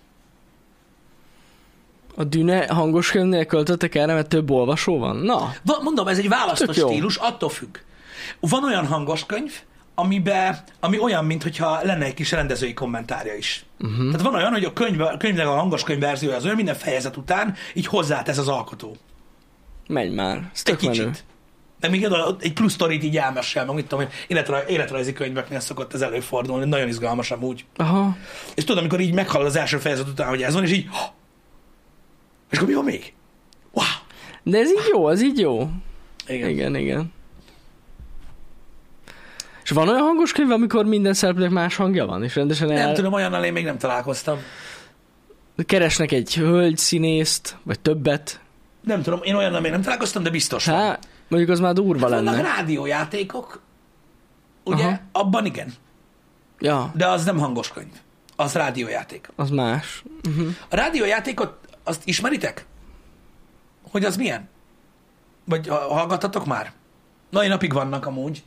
A Düne hangos könyvnél költöttek erre, mert több olvasó van? Na, Va- Mondom, ez egy választós Tök jó. stílus, attól függ. Van olyan hangos könyv, amibe, ami olyan, mintha lenne egy kis rendezői kommentárja is. Uh-huh. Tehát van olyan, hogy a, könyv, a könyvnek a hangos könyv verziója az olyan, minden fejezet után így hozzátesz az alkotó. menj már. Ez Egy tök menő. kicsit. De még egy plusz sztorit így elmesel, meg mit tudom én, életraj, életrajzi könyveknél szokott ez előfordulni, nagyon izgalmas amúgy. Aha. És tudod, amikor így meghallod az első fejezet után, hogy ez van, és így, és akkor mi van még? Wow! De ez így jó, ez így jó. Igen. Igen, igen. És van olyan hangos könyv, amikor minden szereplőnek más hangja van, és rendesen el... Nem tudom, olyannal én még nem találkoztam. Keresnek egy hölgy színészt, vagy többet. Nem tudom, én olyannal még nem találkoztam, de biztos van. Hát, mondjuk az már durva Hát lenne. vannak rádiójátékok, ugye? Aha. Abban igen. Ja, De az nem hangos könyv. Az rádiójáték. az más. Uh-huh. A rádiójátékot, azt ismeritek? Hogy az milyen? Vagy ha- hallgattatok már? Mai napig vannak amúgy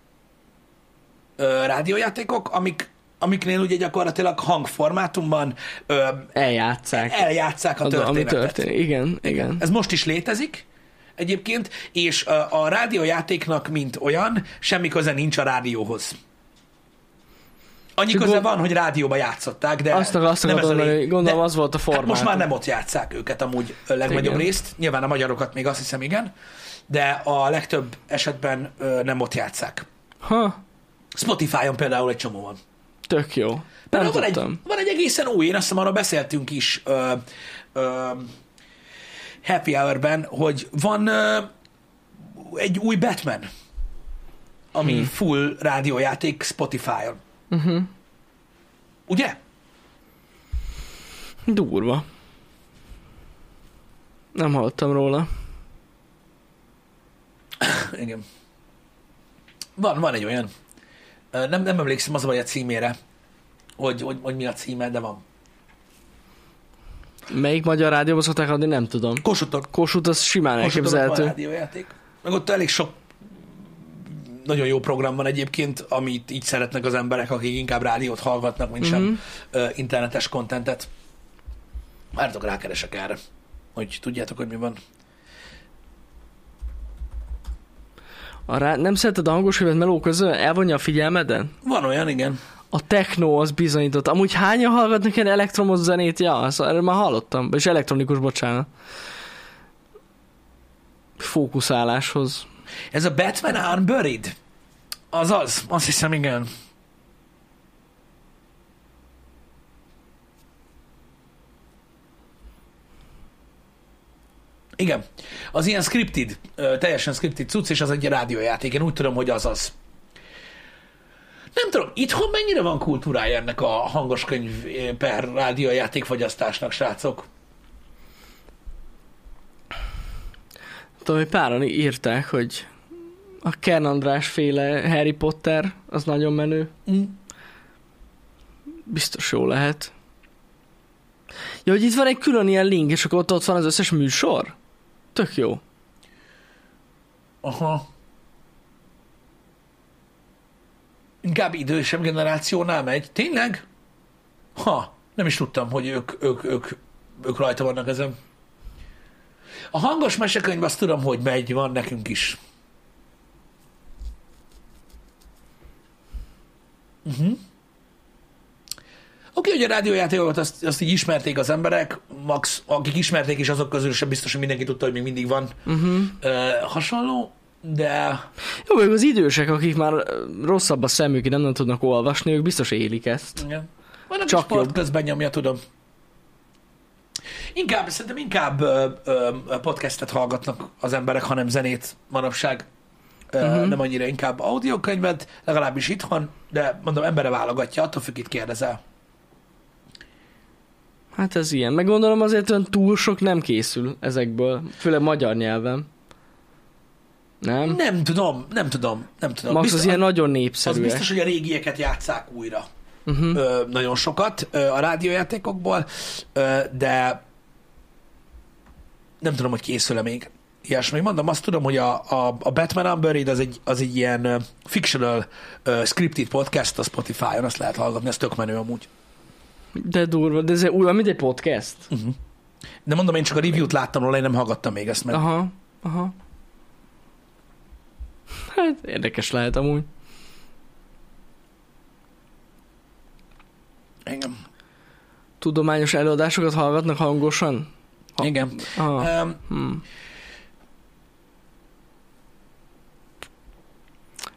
ö, rádiójátékok, amik, amiknél ugye gyakorlatilag hangformátumban ö, Eljátszák. eljátszák a Az, ami történetet. történik. Igen, igen. Ez most is létezik egyébként, és a, a rádiójátéknak, mint olyan, semmi köze nincs a rádióhoz. Annyi Csak köze gond- van, hogy rádióba játszották, de Azt, azt nem ez a gondolom, lé- hogy gondolom de- az volt a Hát formátum. most már nem ott játsszák őket amúgy a legnagyobb Igen. részt. Nyilván a magyarokat még azt hiszem igen, de a legtöbb esetben ö, nem ott játsszák. Ha, Spotify-on például egy csomó van. tök jó. Nem Például van egy, tudtam. van egy egészen új, én azt hiszem arra beszéltünk is ö, ö, Happy Hour-ben, hogy van ö, egy új Batman, ami Hmm. full rádiójáték Spotify-on. Uh-huh. Ugye? Durva. Nem hallottam róla. Igen. Van, van egy olyan. Ö, Nem, nem emlékszem az a baj a címére, hogy, hogy, hogy mi a címe, de van. Melyik magyar rádióban szokták adni, nem tudom. Kossuthon. Kossuth, az simán Kossuthon ott van elképzelhető. rádiójáték. Meg ott elég sok nagyon jó program van egyébként, amit így szeretnek az emberek, akik inkább rádiót hallgatnak, mint sem Mhm. ö, internetes kontentet. Várjatok, rákeresek erre, hogy tudjátok, hogy mi van. A rá... Nem szereted a hangos könyvet meló közül? Elvonja a figyelmeden? Van olyan, igen. A techno az bizonyított. Amúgy hányan hallgatnak ilyen elektromos zenét? Ja, azt, erről már hallottam. És elektronikus, bocsánat. Fókuszáláshoz. Ez a Batman Unburied? Az az, azt hiszem, igen. Igen. Az ilyen scripted, ö, teljesen scripted cucc, és az egy rádiójáték. Én úgy tudom, hogy az az. Nem tudom, itthon mennyire van kultúrája ennek a hangos könyv eh, per rádiójáték fogyasztásnak, srácok? Tudom, hogy páran írták, hogy a Kern András féle Harry Potter, az nagyon menő. Mm. Biztos jó lehet. Ja, hogy itt van egy külön ilyen link, és akkor ott, ott van az összes műsor? Tök jó. Aha. Inkább idősebb generációnál megy. Tényleg? Ha, nem is tudtam, hogy ők, ők, ők, ők rajta vannak ezen. A hangos mesekönyv azt tudom, hogy megy, van nekünk is. Uh-huh. Oké, hogy a rádiójátékokat azt, azt így ismerték az emberek, max, akik ismerték is, azok közül sem biztos, hogy mindenki tudta, hogy még mindig van Uh-huh. ö, hasonló, de Jó, még az idősek, akik már rosszabb a szemük, nem, nem tudnak olvasni, ők biztos élik ezt. igen. Van, aki Csak sport jobb. közben nyomja, tudom. Inkább, szerintem inkább ö, ö, podcastet hallgatnak az emberek, hanem zenét manapság. Ö, Mhm. Nem annyira inkább audiokönyvet, legalábbis itthon, de mondom, embere válogatja, attól függ, itt kérdezel. Hát ez ilyen. Meg gondolom azért olyan túl sok nem készül ezekből, főleg magyar nyelven. Nem? Nem tudom, nem tudom, nem tudom. Max Biztos- az ilyen nagyon az népszerűek. biztos, hogy a régieket játsszák újra. Uh-huh. Ö, nagyon sokat ö, a rádiójátékokból, ö, de nem tudom, hogy készül-e még ilyesmi. Mondom, azt tudom, hogy a, a, a Batman Unburied az egy, az egy ilyen uh, fictional uh, scripted podcast a Spotify-on, azt lehet hallgatni, ez tök menő amúgy. De durva, de ez úgy, mint egy podcast. Uh-huh. De mondom, én csak a review-t láttam róla, én nem hallgattam még ezt meg. Aha, aha. Hát érdekes lehet amúgy. Igen. Tudományos előadásokat hallgatnak hangosan? Ha- Igen. Aha. Um, Hmm.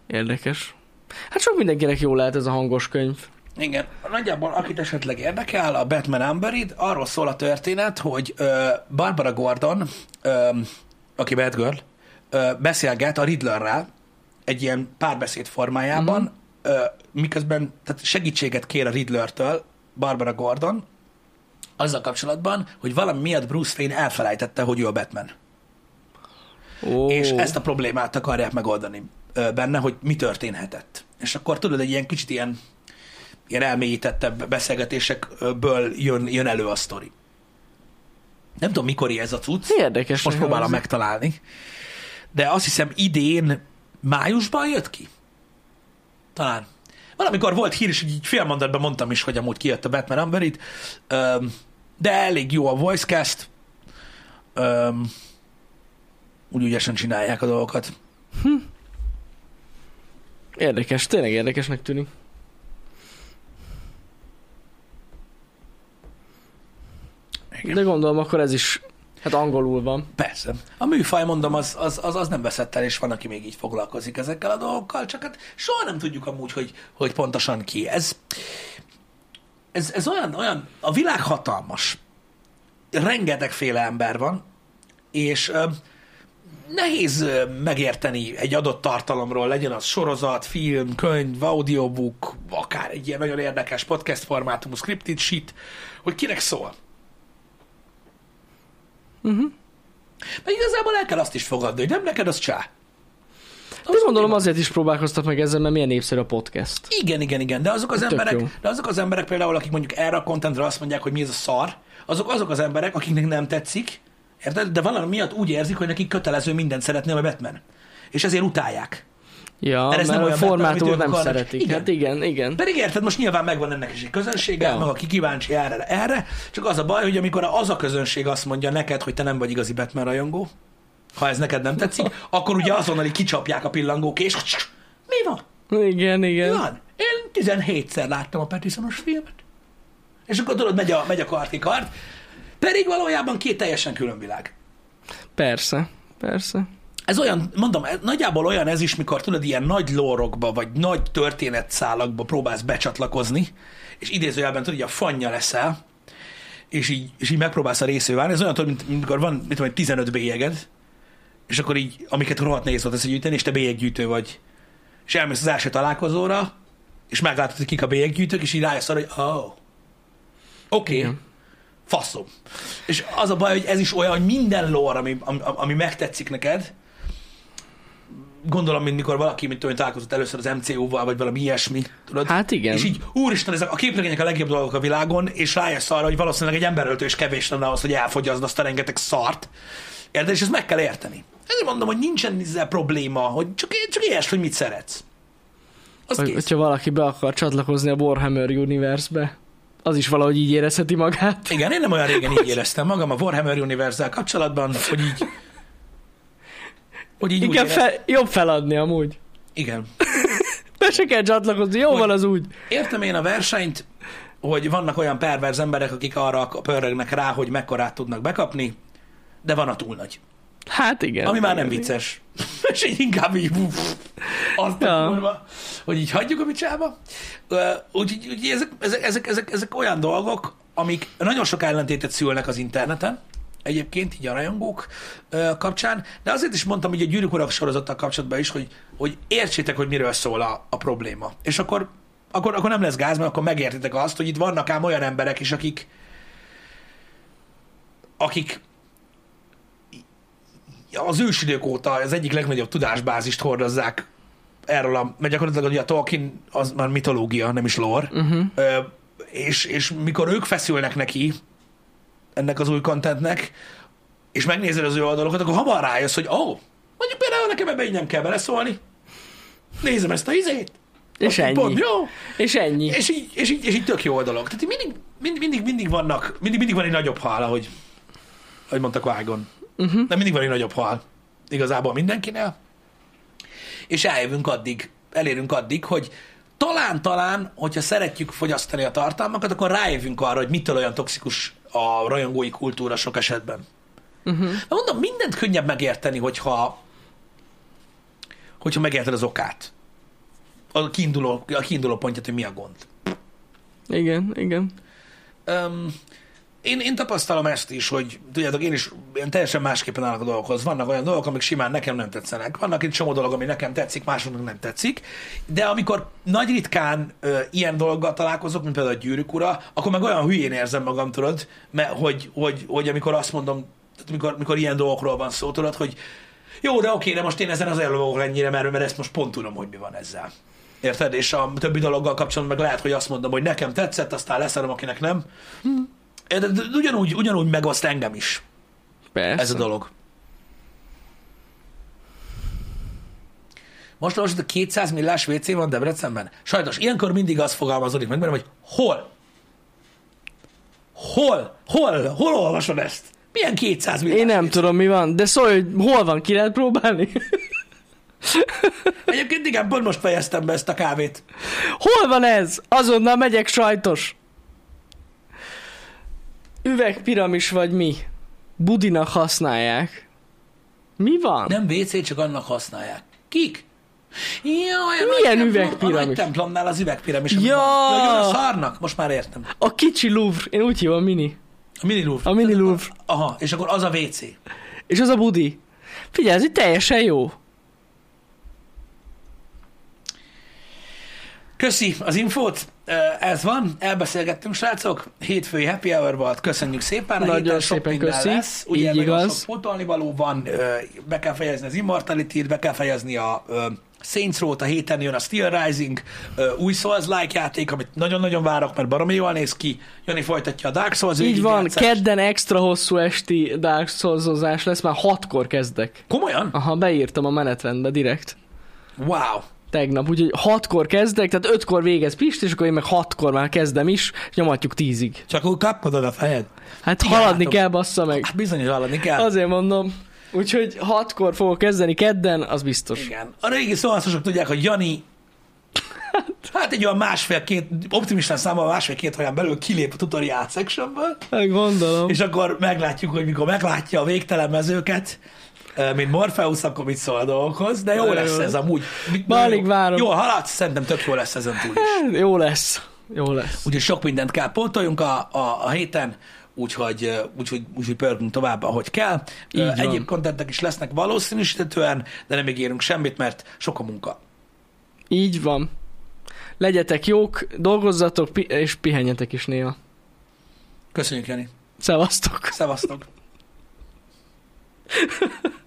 Érdekes. Hát sok mindenkinek jó lehet ez a hangos könyv. Igen, nagyjából akit esetleg érdekel, a Batman Unburied, arról szól a történet, hogy ö, Barbara Gordon, ö, aki Batgirl, ö, beszélget a Riddlerrel egy ilyen párbeszéd formájában, mm-hmm. ö, miközben tehát segítséget kér a Riddlertől Barbara Gordon, azzal kapcsolatban, hogy valami miatt Bruce Wayne elfelejtette, hogy ő a Batman. Oh. És ezt a problémát akarják megoldani ö, benne, hogy mi történhetett. És akkor tudod, egy ilyen kicsit ilyen ilyen elmélyítettebb beszélgetésekből jön, jön elő a sztori. Nem tudom, mikor ez a cucc. Érdekes. Most próbálom megtalálni. De azt hiszem idén májusban jött ki. Talán. Valamikor volt hír, és így fél mondatban mondtam is, hogy amúgy kijött a Batman Unburied. De elég jó a voicecast. Úgy ügyesen csinálják a dolgokat. Hm. Érdekes, tényleg érdekesnek tűnik. Igen. De gondolom, akkor ez is hát angolul van. Persze. A műfaj, mondom, az, az, az, az nem veszett el, és van, aki még így foglalkozik ezekkel a dolgokkal, csak hát soha nem tudjuk amúgy, hogy, hogy pontosan ki. Ez, ez, ez olyan, olyan, a világ hatalmas. Rengetegféle ember van, és ö, nehéz megérteni egy adott tartalomról, legyen az sorozat, film, könyv, audiobook, akár egy ilyen nagyon érdekes podcast formátumú scripted shit, hogy kinek szól. Uh-huh. Mert igazából el kell azt is fogadni, hogy nem neked, az csá. De gondolom azért is próbálkoztak meg ezzel, mert milyen népszerű a podcast. Igen, igen, igen, de azok az, emberek, de azok az emberek például, akik mondjuk erre a contentre azt mondják, hogy mi ez a szar, azok azok az emberek, akiknek nem tetszik, érted? De valami miatt úgy érzik, hogy nekik kötelező mindent szeretni a Batman. És ezért utálják. Ja, mert, mert a formátumot nem szeretik. Igen. Hát igen, igen. Pedig érted, most nyilván megvan ennek is egy közönsége, ja. Meg aki kíváncsi erre, erre, csak az a baj, hogy amikor az a közönség azt mondja neked, hogy te nem vagy igazi Batman rajongó, ha ez neked nem tetszik, akkor ugye azonnal így kicsapják a pillangók, és mi van? Igen, igen. Mi van? Én tizenhétszer láttam a Pattisonos filmet. És akkor tudod, megy a, megy a karti kart, pedig valójában két teljesen külön világ. Persze, persze. Ez olyan, mondom, nagyjából olyan ez is, mikor tudod, ilyen nagy lórokba, vagy nagy történetszálakba próbálsz becsatlakozni, és idézőjelben tudod, hogy a fanya leszel, és így, és így megpróbálsz a résző válni. Ez olyan, tudod, mint amikor van, mit tudom, tizenöt bélyeged, és akkor így, amiket rohadt nehéz volt összegyűjteni, és te bélyeggyűjtő vagy. És elmész az első találkozóra, és meglátod, hogy kik a bélyeggyűjtők, és így rájössz arra, hogy oh, oké, okay, faszom. És az a baj, hogy ez is olyan, hogy minden lore, ami, ami, ami megtetszik neked, gondolom, mint mikor valaki, mint tudom, találkozott először az em cé u-val, vagy valami ilyesmi, tudod? Hát igen. És így, úristen, ezek a képregények a legjobb dolgok a világon, és rájössz arra, hogy valószínűleg egy emberöltő is kevés lenne ahhoz, hogy elfogyaszd azt a rengeteg szart. Érted? És ezt meg kell érteni. Ezért mondom, hogy nincsen ezzel probléma, hogy csak, csak értsd, hogy mit szeretsz. Vagy, hogyha valaki be akar csatlakozni a Warhammer Universe-be, az is valahogy így érezheti magát. Igen, én nem olyan régen így éreztem magam a Warhammer Universe-zel kapcsolatban, hogy így hogy így inkább fel, jobb feladni amúgy. Igen. Be se kell csatlakozni, jó hogy van az úgy. Értem én a versenyt, hogy vannak olyan perverz emberek, akik arra pörögnek rá, hogy mekkorát tudnak bekapni, de van a túl nagy. Hát igen. Ami már igen, nem vicces. És így inkább így uff, azt ja. a kurva, hogy így hagyjuk a bicsába. Úgyhogy úgy, ezek, ezek, ezek, ezek, ezek olyan dolgok, amik nagyon sok ellentétet szülnek az interneten, egyébként így a rajongók uh, kapcsán, de azért is mondtam, hogy a Gyűrűk Ura sorozattal kapcsolatban is, hogy, hogy értsétek, hogy miről szól a, a probléma. És akkor, akkor, akkor nem lesz gáz, mert akkor megértitek azt, hogy itt vannak ám olyan emberek is, akik akik az ősidők óta az egyik legnagyobb tudásbázist hordozzák erről a, mert gyakorlatilag ugye a Tolkien az már mitológia, nem is lore, uh-huh. uh, és, és mikor ők feszülnek neki ennek az új contentnek, és megnézed az ő oldalokat, akkor hamar rájössz, hogy ó, oh, mondjuk például nekem ebben így nem kell beleszólni. Nézem ezt a izét. És ennyi. Pont, jó. És ennyi. És így, és, így, és így tök jó a dolog. Tehát mindig, mindig, mindig, mindig vannak, mindig, mindig van egy nagyobb hal, ahogy, ahogy mondta Qui-Gon. Uh-huh. De mindig van egy nagyobb hal. Igazából mindenkinél. És eljövünk addig, elérünk addig, hogy talán-talán, hogyha szeretjük fogyasztani a tartalmakat, akkor rájövünk arra, hogy mitől olyan toxikus a rajongói kultúra sok esetben. Uh-huh. De mondom, mindent könnyebb megérteni, hogyha, hogyha megérted az okát. a kiinduló, a kiinduló pontját, hogy mi a gond. Igen, igen. Um, én, én tapasztalom ezt is, hogy tudjátok, én is én teljesen másképpen állok a dolgokhoz. Vannak olyan dolgok, amik simán nekem nem tetszenek. Vannak egy csomó dolog, ami nekem tetszik, másoknak nem tetszik. De amikor nagy ritkán ö, ilyen dologgal találkozok, mint például a Gyűrűk ura, akkor meg olyan hülyén érzem magam, tudod, mert hogy, hogy, hogy amikor azt mondom, amikor, amikor ilyen dolgokról van szó, tudod, hogy jó, de oké, de most én ezen az ellovagok ennyire, mert, mert ezt most pont tudom, hogy mi van ezzel. Érted? És a többi dologgal kapcsolatban meg lehet, hogy azt mondom, hogy nekem tetszett, aztán leszarom, akinek nem. De, de, de ugyanúgy, ugyanúgy megoszt engem is. Persze. Ez a dolog. Most most a kétszáz millás vé cé van Debrecenben? Sajnos, ilyenkor mindig az fogalmazódik meg bennem, hogy hol? Hol? Hol? Hol olvasod ezt? Milyen kétszáz millás Én nem vé cé? tudom, mi van, de szólj, hogy hol van, ki lehet próbálni? Egyébként igen, pont most fejeztem be ezt a kávét. Hol van ez? Azonnal megyek, sajtos. Üvegpiramis vagy mi? Budinak használják. Mi van? Nem vé cé, csak annak használják. Kik? Jaj, a Milyen nagy üvegpiramis? templom, a nagy templomnál az üvegpiramis. ami Ja! van. Jaj, a szarnak? Most már értem. A kicsi Louvre, én úgy hívom, a mini. A mini Louvre. A mini Louvre. Aha, és akkor az a vé cé. És az a budi. Figyelj, ez itt teljesen jó. Köszi az infót, ez van, elbeszélgettünk, srácok, hétfői happy hour volt, köszönjük szépen, a nagyon héten sok szépen minden köszi, lesz, ugye így nagyon igaz. sok pótolni való van, be kell fejezni az Immortality-t, be kell fejezni a Saints Row-t, a héten jön a Steel Rising, új Souls-like játék, amit nagyon-nagyon várok, mert baromi jól néz ki, Jani folytatja a Dark Souls Így van, végigjátszást. kedden extra hosszú esti Dark Souls-ozás lesz, már hatkor kezdek. Komolyan? Aha, beírtam a menetrendbe direkt. Wow. Tegnap, úgyhogy hatkor kezdek, tehát ötkor végez Pist, és akkor én meg hatkor már kezdem is, és nyomatjuk tízig. Csak úgy kapkodod a fejed. Hát Igen, haladni látom. kell, bassza meg. Hát bizony, hogy haladni kell. Azért mondom. Úgyhogy hatkor fogok kezdeni kedden, az biztos. Igen. A régi szóhasznosok tudják, hogy Jani hát egy olyan másfél-két, optimistán számolva másfél-két haján belül kilép a tutorial sectionből, Hát gondolom. és akkor meglátjuk, hogy mikor meglátja a végtelen mezőket, mint Morpheus, akkor mit szól a dolgokhoz, de jó Nagyon lesz jó. ez amúgy. Már alig várom. Jó, haladsz, szerintem tök jó lesz ezen túl is. Hát, jó lesz. Jó lesz. Úgyhogy sok mindent kell pótoljunk a, a, a héten, úgyhogy, úgyhogy, úgyhogy pörgünk tovább, ahogy kell. Így van. Egyéb kontentek is lesznek valószínűsítetően, de nem ígérünk semmit, mert sok a munka. Így van. Legyetek jók, dolgozzatok, pi- és pihenjetek is néha. Köszönjük, Jani. Szevasztok. Szevasztok.